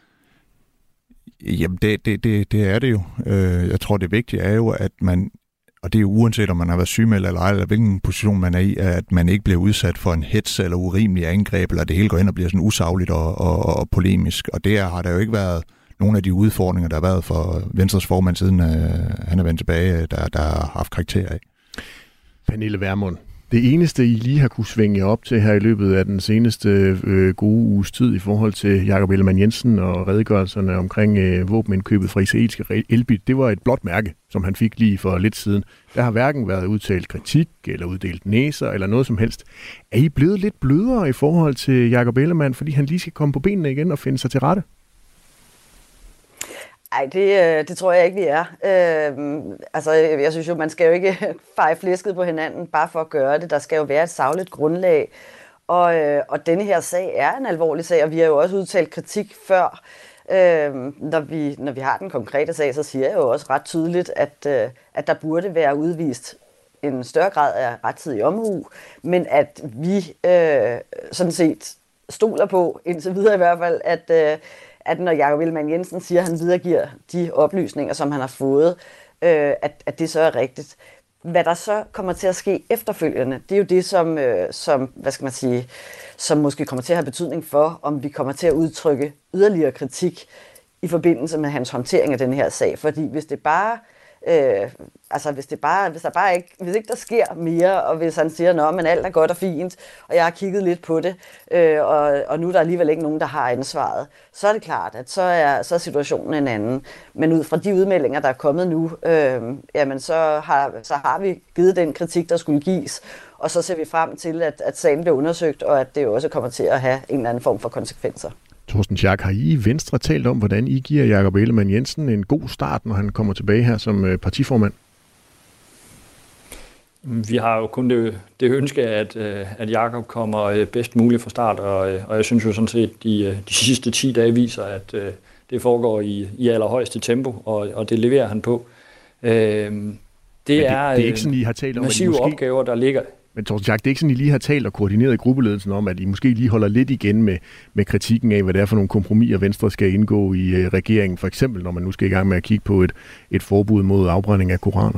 Jamen det, det, det, det er det jo. Jeg tror, det vigtige er jo, at man, og det er jo uanset om man har været sygemeldt eller ej, eller hvilken position man er i, at man ikke bliver udsat for en hets eller urimelig angreb, eller det hele går ind og bliver sådan usagligt og, og, og polemisk. Og det har der jo ikke været nogle af de udfordringer, der har været for Venstres formand, siden øh, han er vendt tilbage, der, der har haft karakter af. Pernille Vermund, det eneste, I lige har kunne svinge op til her i løbet af den seneste øh, gode uges tid i forhold til Jakob Ellemann-Jensen og redegørelserne omkring øh, våbenindkøbet fra israelske Elbit, det var et blåt mærke, som han fik lige for lidt siden. Der har hverken været udtalt kritik eller uddelt næser eller noget som helst. Er I blevet lidt blødere i forhold til Jakob Ellemann, fordi han lige skal komme på benene igen og finde sig til rette? Ej, det, det tror jeg ikke, vi er. Øh, altså, jeg synes jo, man skal jo ikke feje flæsket på hinanden bare for at gøre det. Der skal jo være et sagligt grundlag. Og, øh, og denne her sag er en alvorlig sag, og vi har jo også udtalt kritik før. Øh, når, vi, når vi har den konkrete sag, så siger jeg jo også ret tydeligt, at, øh, at der burde være udvist en større grad af rettidig omhu, men at vi øh, sådan set stoler på, indtil videre i hvert fald, at... Øh, at når Jakob Ellemann-Jensen siger, at han videregiver de oplysninger, som han har fået, øh, at, at det så er rigtigt. Hvad der så kommer til at ske efterfølgende, det er jo det, som, øh, som, hvad skal man sige, som måske kommer til at have betydning for, om vi kommer til at udtrykke yderligere kritik i forbindelse med hans håndtering af den her sag. Fordi hvis det bare... Øh, altså hvis det bare, hvis der bare ikke, hvis ikke der sker mere, og hvis han siger, at alt er godt og fint, og jeg har kigget lidt på det, øh, og, og nu er der alligevel ikke nogen, der har ansvaret, så er det klart, at så er, så er situationen en anden. Men ud fra de udmeldinger, der er kommet nu, øh, jamen så har, så har vi givet den kritik, der skulle gives, og så ser vi frem til, at, at sagen bliver undersøgt, og at det også kommer til at have en eller anden form for konsekvenser. Torsten Schack, har I i Venstre talt om, hvordan I giver Jakob Ellemann-Jensen en god start, når han kommer tilbage her som partiformand? Vi har jo kun det, det ønske, at, at Jakob kommer bedst muligt fra start, og, og jeg synes jo sådan set, at de, de sidste ti dage viser, at det foregår i, i allerhøjeste tempo, og, og det leverer han på. Det, det er, det er ikke sådan, I har talt om, massive måske... opgaver, der ligger... Men Torsten Schack, det er ikke sådan, I lige har talt og koordineret i gruppeledelsen om, at I måske lige holder lidt igen med, med kritikken af, hvad det er for nogle kompromiser, Venstre skal indgå i uh, regeringen, for eksempel når man nu skal i gang med at kigge på et, et forbud mod afbrænding af koraner?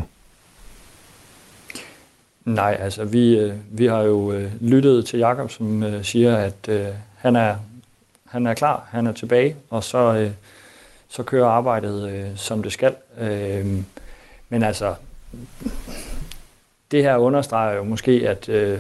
Nej, altså vi, øh, vi har jo øh, lyttet til Jakob, som øh, siger, at øh, han, er, han er klar, han er tilbage, og så, øh, så kører arbejdet, øh, som det skal. Øh, men altså... Det her understreger jo måske, at, øh,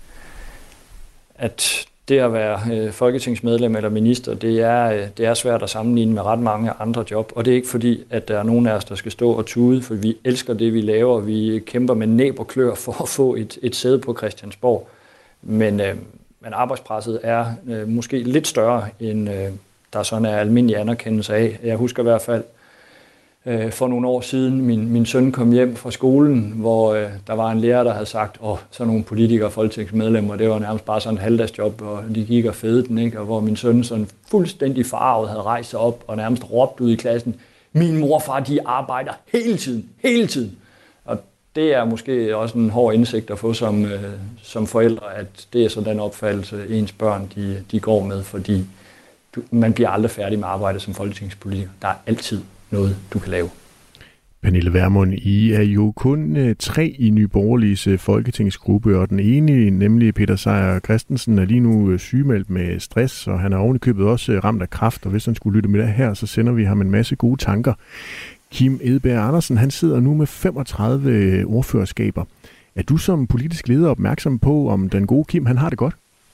at det at være øh, folketingsmedlem eller minister, det er, øh, det er svært at sammenligne med ret mange andre job. Og det er ikke fordi, at der er nogen af os, der skal stå og tude, for vi elsker det, vi laver. Vi kæmper med næb og klør for at få et, et sæde på Christiansborg. Men, øh, men arbejdspresset er øh, måske lidt større, end øh, der sådan er almindelig anerkendelse af. Jeg husker i hvert fald, for nogle år siden, min, min søn kom hjem fra skolen, hvor øh, der var en lærer, der havde sagt, åh, sådan nogle politikere og folketingsmedlemmer, det var nærmest bare sådan en halvdagsjob, og de gik og fedede den, ikke? Og hvor min søn sådan fuldstændig farvet havde rejst sig op og nærmest råbt ud i klassen, min mor og far, de arbejder hele tiden, hele tiden. Og det er måske også en hård indsigt at få som, øh, som forældre, at det er så den opfattelse, ens børn de, de går med, fordi du, man bliver aldrig færdig med arbejde som folketingspolitiker. Der er altid noget, du kan lave. Pernille Vermund, I er jo kun uh, tre i Nye Borgerliges uh, folketingsgruppe, og den ene, nemlig Peter Seier Christensen, er lige nu uh, sygemeldt med stress, og han er ovenikøbet også uh, ramt af kræft, og hvis han skulle lytte med det her, så sender vi ham en masse gode tanker. Kim Edberg Andersen, han sidder nu med femogtredive uh, ordførerskaber. Er du som politisk leder opmærksom på, om den gode Kim, han har det godt?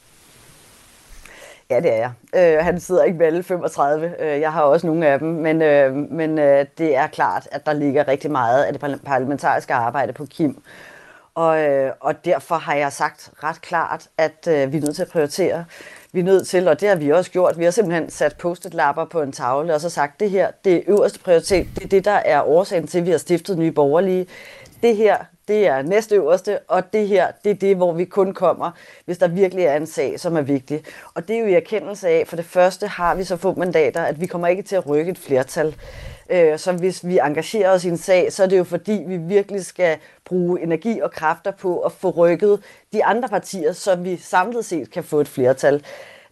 Ja, det er jeg. Øh, han sidder ikke med alle femogtredive. Øh, jeg har også nogle af dem, men, øh, men øh, det er klart, at der ligger rigtig meget af det parlamentariske arbejde på Kim. Og, øh, og derfor har jeg sagt ret klart, at øh, vi er nødt til at prioritere. Vi er nødt til, og det har vi også gjort, vi har simpelthen sat post-it-lapper på en tavle og så sagt, det her, det er øverste prioritet, det er det, der er årsagen til, at vi har stiftet Nye Borgerlige. Det her, det er næstøverste, og det her, det er det, hvor vi kun kommer, hvis der virkelig er en sag, som er vigtig. Og det er jo i erkendelse af, for det første har vi så få mandater, at vi kommer ikke til at rykke et flertal. Så hvis vi engagerer os i en sag, så er det jo fordi, vi virkelig skal bruge energi og kræfter på at få rykket de andre partier, så vi samlet set kan få et flertal.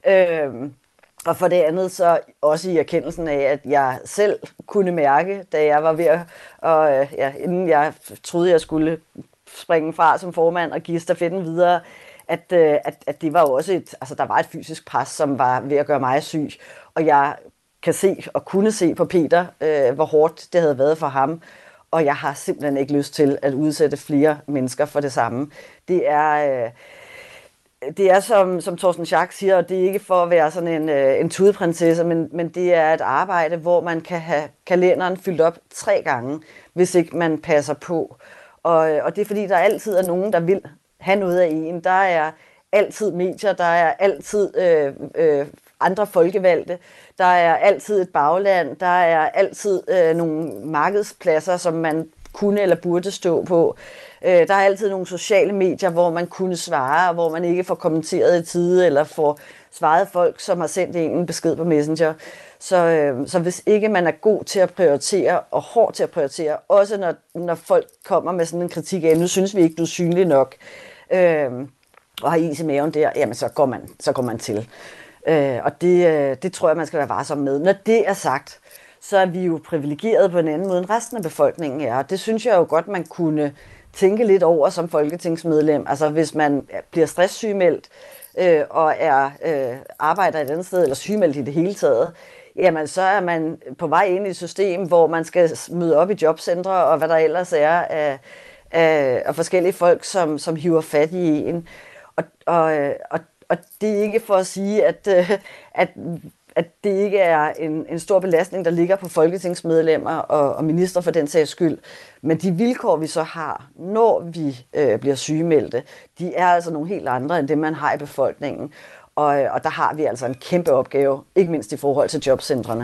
Og for det andet så også i erkendelsen af, at jeg selv kunne mærke, da jeg var ved at, og, ja, inden jeg troede, jeg skulle springe fra som formand og give stafetten videre, at, at, at det var også et, altså der var et fysisk pres, som var ved at gøre mig syg. Og jeg kan se og kunne se på Peter, øh, hvor hårdt det havde været for ham. Og jeg har simpelthen ikke lyst til at udsætte flere mennesker for det samme. Det er... Øh, Det er som, som Torsten Schack siger, og det er ikke for at være sådan en, en tudeprinsesse, men, men det er et arbejde, hvor man kan have kalenderen fyldt op tre gange, hvis ikke man passer på. Og, og det er fordi, der altid er nogen, der vil have noget af en. Der er altid medier, der er altid øh, øh, andre folkevalgte, der er altid et bagland, der er altid øh, nogle markedspladser, som man kunne eller burde stå på. Der er altid nogle sociale medier, hvor man kunne svare, hvor man ikke får kommenteret i tide, eller får svaret folk, som har sendt en besked på Messenger. Så, så hvis ikke man er god til at prioritere, og hård til at prioritere, også når, når folk kommer med sådan en kritik af, nu synes vi ikke, du er synlig nok, øh, og har is i maven der, jamen så går man, så går man til. Øh, og det, det tror jeg, man skal være varsom med. Når det er sagt, så er vi jo privilegeret på en anden måde end resten af befolkningen er, og det synes jeg jo godt, man kunne tænke lidt over som folketingsmedlem. Altså hvis man bliver stresssygemeldt øh, og er øh, arbejder et andet sted, eller sygemeldt i det hele taget, jamen så er man på vej ind i et system, hvor man skal møde op i jobcentre, og hvad der ellers er af, af, af forskellige folk, som, som hiver fat i en. Og, og, og, og det er ikke for at sige, at, at at det ikke er en, en stor belastning, der ligger på folketingsmedlemmer og, og minister for den sags skyld. Men de vilkår, vi så har, når vi øh, bliver sygemeldte, de er altså nogle helt andre, end det man har i befolkningen. Og, og der har vi altså en kæmpe opgave, ikke mindst i forhold til jobcentrene.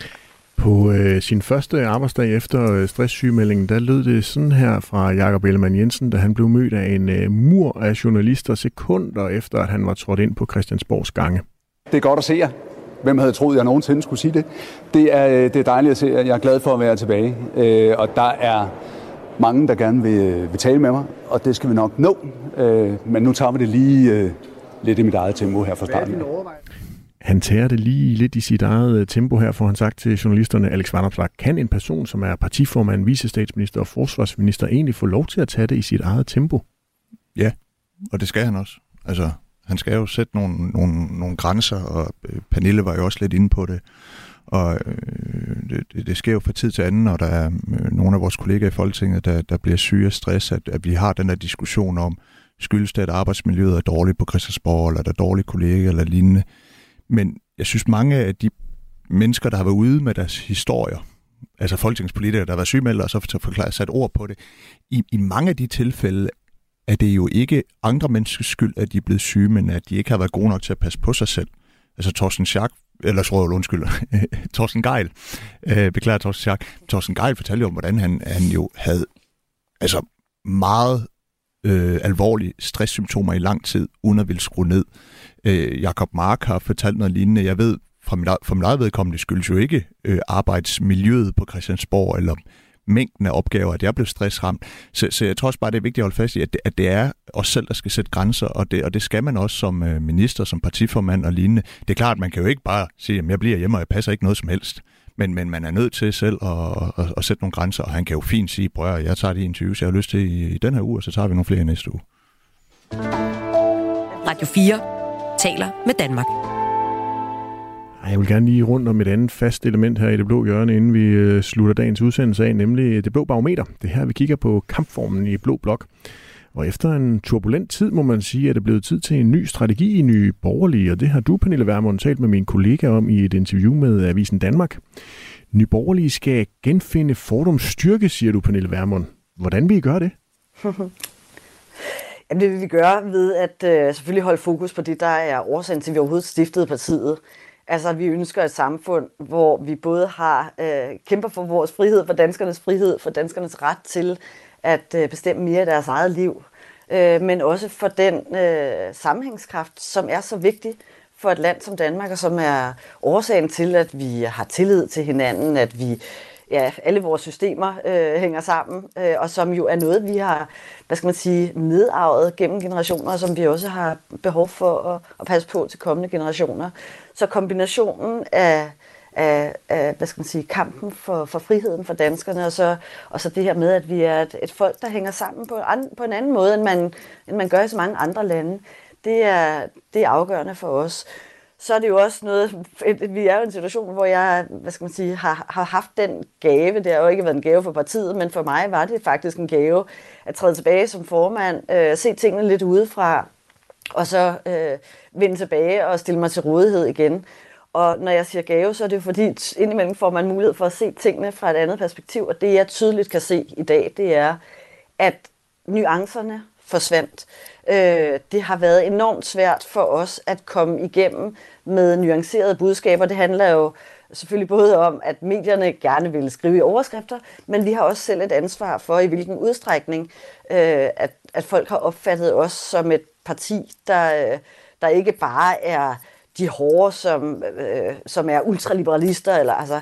På øh, sin første arbejdsdag efter øh, stresssygemeldingen, der lød det sådan her fra Jakob Ellemann-Jensen, da han blev mødt af en øh, mur af journalister sekunder efter, at han var trådt ind på Christiansborgs gange. Det er godt at se jer. Hvem havde troet, jeg nogensinde skulle sige det? Det er, det er dejligt at se, at jeg er glad for at være tilbage. Øh, og der er mange, der gerne vil, vil tale med mig, og det skal vi nok nå. Øh, men nu tager vi det lige øh, lidt i mit eget tempo her fra starten. Han tager det lige lidt i sit eget tempo her, for han sagt til journalisterne, Alex Vanopslagh, kan en person, som er partiformand, vicestatsminister og forsvarsminister, egentlig få lov til at tage det i sit eget tempo? Ja, og det skal han også. Altså, han skal jo sætte nogle, nogle, nogle grænser, og Pernille var jo også lidt inde på det. Og øh, det, det sker jo fra tid til anden, og der er øh, nogle af vores kollegaer i Folketinget, der, der bliver syge af stress, at, at vi har den der diskussion om, skyldes det, at arbejdsmiljøet er dårligt på Christiansborg, eller er der dårlige kolleger, eller lignende. Men jeg synes, mange af de mennesker, der har været ude med deres historier, altså folketingspolitikere, der har været sygemeldte, og så forklaret sat ord på det, i, i mange af de tilfælde er det jo ikke andre menneskers skyld, at de er blevet syge, men at de ikke har været gode nok til at passe på sig selv. Altså Torsten Schack, eller så undskyld, Torsten Gejl, øh, beklager Torsten Schack, Torsten Gejl fortalte jo om, hvordan han, han jo havde altså meget øh, alvorlige stresssymptomer i lang tid, uden at ville skrue ned. Øh, Jakob Mark har fortalt noget lignende. Jeg ved, fra mit, fra mit eget vedkommende skyldes jo ikke øh, arbejdsmiljøet på Christiansborg, eller, mængden af opgaver, at jeg blev stressramt. Så, så jeg tror også bare, det er vigtigt at holde fast i, at det, at det er os selv, der skal sætte grænser, og det, og det skal man også som minister, som partiformand og lignende. Det er klart, man kan jo ikke bare sige, at jeg bliver hjemme, og jeg passer ikke noget som helst. Men, men man er nødt til selv at, at, at sætte nogle grænser, og han kan jo fint sige, bror, jeg tager de interviews, jeg har lyst til i, i den her uge, og så tager vi nogle flere i næste uge. Radio fire taler med Danmark. Jeg vil gerne lige rundt om et andet fast element her i det blå hjørne, inden vi slutter dagens udsendelse af, nemlig det blå barometer. Det her, vi kigger på kampformen i Blå Blok. Og efter en turbulent tid, må man sige, at det er blevet tid til en ny strategi i Nye Borgerlige, og det har du, Pernille Vermund, talt med min kollega om i et interview med Avisen Danmark. Nye Borgerlige skal genfinde fordoms styrke, siger du, Pernille Vermund. Hvordan vil I gøre det? Jamen, det vil vi gøre ved at øh, selvfølgelig holde fokus på det, der er årsagen til, at vi overhovedet stiftede partiet. Altså, vi ønsker et samfund, hvor vi både har øh, kæmper for vores frihed, for danskernes frihed, for danskernes ret til at øh, bestemme mere af deres eget liv, øh, men også for den øh, sammenhængskraft, som er så vigtig for et land som Danmark, og som er årsagen til, at vi har tillid til hinanden, at vi ja, alle vores systemer øh, hænger sammen, øh, og som jo er noget, vi har, hvad skal man sige, nedarvet gennem generationer, og som vi også har behov for at, at passe på til kommende generationer. Så kombinationen af, af, af hvad skal man sige, kampen for, for friheden for danskerne, og så, og så det her med, at vi er et, et folk, der hænger sammen på, an, på en anden måde, end man, end man gør i så mange andre lande, det er, det er afgørende for os. Så er det jo også noget, vi er jo i en situation, hvor jeg, hvad skal man sige, har, har haft den gave, det har jo ikke været en gave for partiet, men for mig var det faktisk en gave at træde tilbage som formand, øh, se tingene lidt udefra, og så øh, vende tilbage og stille mig til rådighed igen. Og når jeg siger gave, så er det jo fordi, indimellem får man mulighed for at se tingene fra et andet perspektiv, og det jeg tydeligt kan se i dag, det er, at nuancerne forsvandt. Øh, det har været enormt svært for os at komme igennem med nuancerede budskaber. Det handler jo selvfølgelig både om, at medierne gerne vil skrive i overskrifter, men vi har også selv et ansvar for, i hvilken udstrækning, øh, at, at folk har opfattet os som et parti, der, der ikke bare er de hårde, som, øh, som er ultraliberalister, eller altså...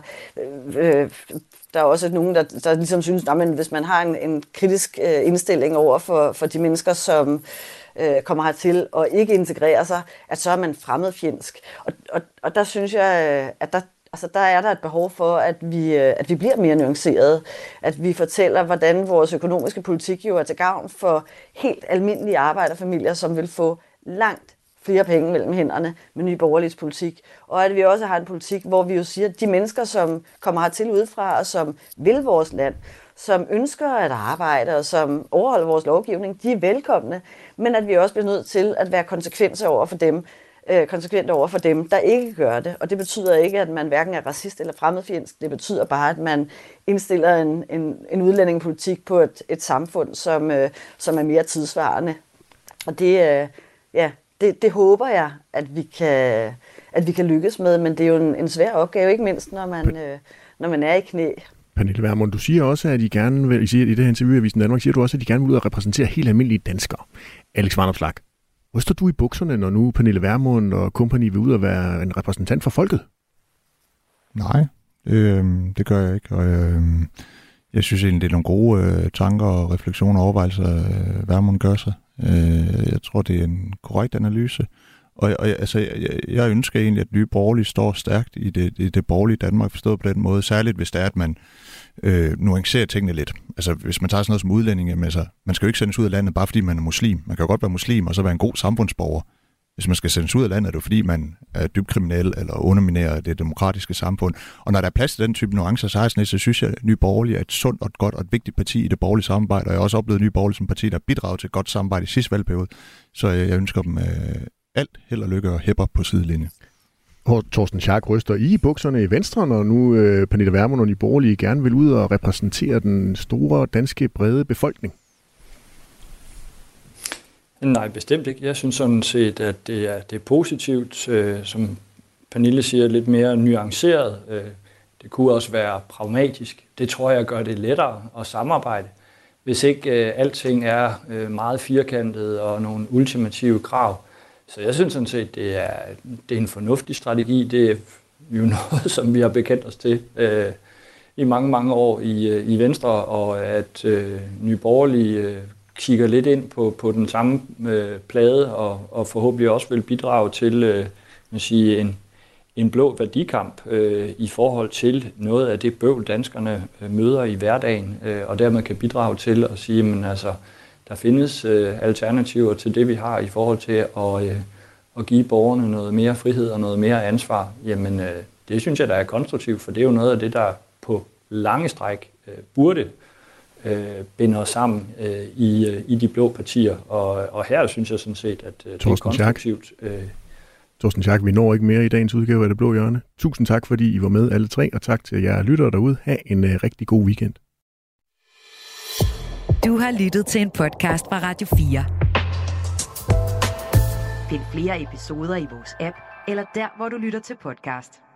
Øh, Der er også nogen, der, der ligesom synes, at hvis man har en, en kritisk øh, indstilling over for, for de mennesker, som øh, kommer hertil og ikke integrerer sig, at så er man fremmedfjendsk. Og, og, og der synes jeg, at der, altså der er der et behov for, at vi, at vi bliver mere nuancerede. At vi fortæller, hvordan vores økonomiske politik jo er til gavn for helt almindelige arbejderfamilier, som vil få langt flere penge mellem hænderne med Nye Borgerliges politik. Og at vi også har en politik, hvor vi jo siger, at de mennesker, som kommer hertil udefra, og som vil vores land, som ønsker at arbejde, og som overholder vores lovgivning, de er velkomne. Men at vi også bliver nødt til at være konsekvente over for dem, øh, konsekvente over for dem, der ikke gør det. Og det betyder ikke, at man hverken er racist eller fremmedfjendsk. Det betyder bare, at man indstiller en, en, en udlændingepolitik på et, et samfund, som, øh, som er mere tidsvarende. Og det, øh, ja, Det, det håber jeg, at vi, kan, at vi kan lykkes med, men det er jo en, en svær opgave, ikke mindst når man, øh, når man er i knæ. Pernille Vermund, du siger også, at I gerne vil, I siger, i det her interview i Avisen Danmark, siger du også, at I gerne vil ud og repræsentere helt almindelige danskere. Alex Vanopslagh, ryster du i bukserne, når nu Pernille Vermund og kompagni vil ud og være en repræsentant for folket? Nej, øh, det gør jeg ikke, og øh, jeg synes egentlig, det er nogle gode øh, tanker og refleksioner og overvejelser, øh, Vermund gør sig. Jeg tror, det er en korrekt analyse. Og, og altså, jeg, jeg ønsker egentlig, at Nye Borgerlige står stærkt i det, i det borgerlige Danmark, forstået på den måde. Særligt, hvis det er, at man øh, nuancerer tingene lidt. Altså, hvis man tager sådan noget som udlænding, jamen, altså, man skal jo ikke sendes ud af landet, bare fordi man er muslim. Man kan jo godt være muslim, og så være en god samfundsborger. Hvis man skal sendes ud af landet, er det jo fordi, man er dybt kriminel eller underminerer det demokratiske samfund. Og når der er plads til den type nuancer, så, sådan, så synes jeg, at Nye Borgerlige er et sundt og et godt og et vigtigt parti i det borgerlige samarbejde. Og jeg har også oplevet Nye Borgerlige som parti, der bidrager til et godt samarbejde i sidste valgperiode. Så jeg ønsker dem øh, alt held og lykke og hæpper på sidelinje. Og Torsten Schack, ryster I bukserne i Venstre, når nu øh, Pernille Vermund og Nye Borgerlige gerne vil ud og repræsentere den store danske brede befolkning? Nej, bestemt ikke. Jeg synes sådan set, at det er, det er positivt, øh, som Pernille siger, lidt mere nuanceret. Øh, det kunne også være pragmatisk. Det tror jeg gør det lettere at samarbejde. Hvis ikke øh, alting er øh, meget firkantet og nogle ultimative krav. Så jeg synes sådan set, det er, det er en fornuftig strategi. Det er jo noget, som vi har bekendt os til øh, i mange, mange år i, i Venstre, og at øh, Nye Borgerlige øh, kigger lidt ind på, på den samme øh, plade, og, og forhåbentlig også vil bidrage til øh, man sige, en, en blå værdikamp øh, i forhold til noget af det bøvl, danskerne øh, møder i hverdagen, øh, og dermed kan bidrage til at sige, men altså, der findes øh, alternativer til det, vi har i forhold til at, øh, at give borgerne noget mere frihed og noget mere ansvar. Jamen, øh, det synes jeg, der er konstruktivt, for det er jo noget af det, der på lange stræk øh, burde øh, binde os sammen øh, i, øh, i de blå partier. Og, og her synes jeg sådan set, at øh, det er konstruktivt. Øh, Torsten Schack, vi når ikke mere i dagens udgave af Det Blå Hjørne. Tusind tak, fordi I var med alle tre, og tak til jer lyttere derude. Ha' en uh, rigtig god weekend. Du har lyttet til en podcast fra Radio fire. Find flere episoder i vores app, eller der, hvor du lytter til podcast.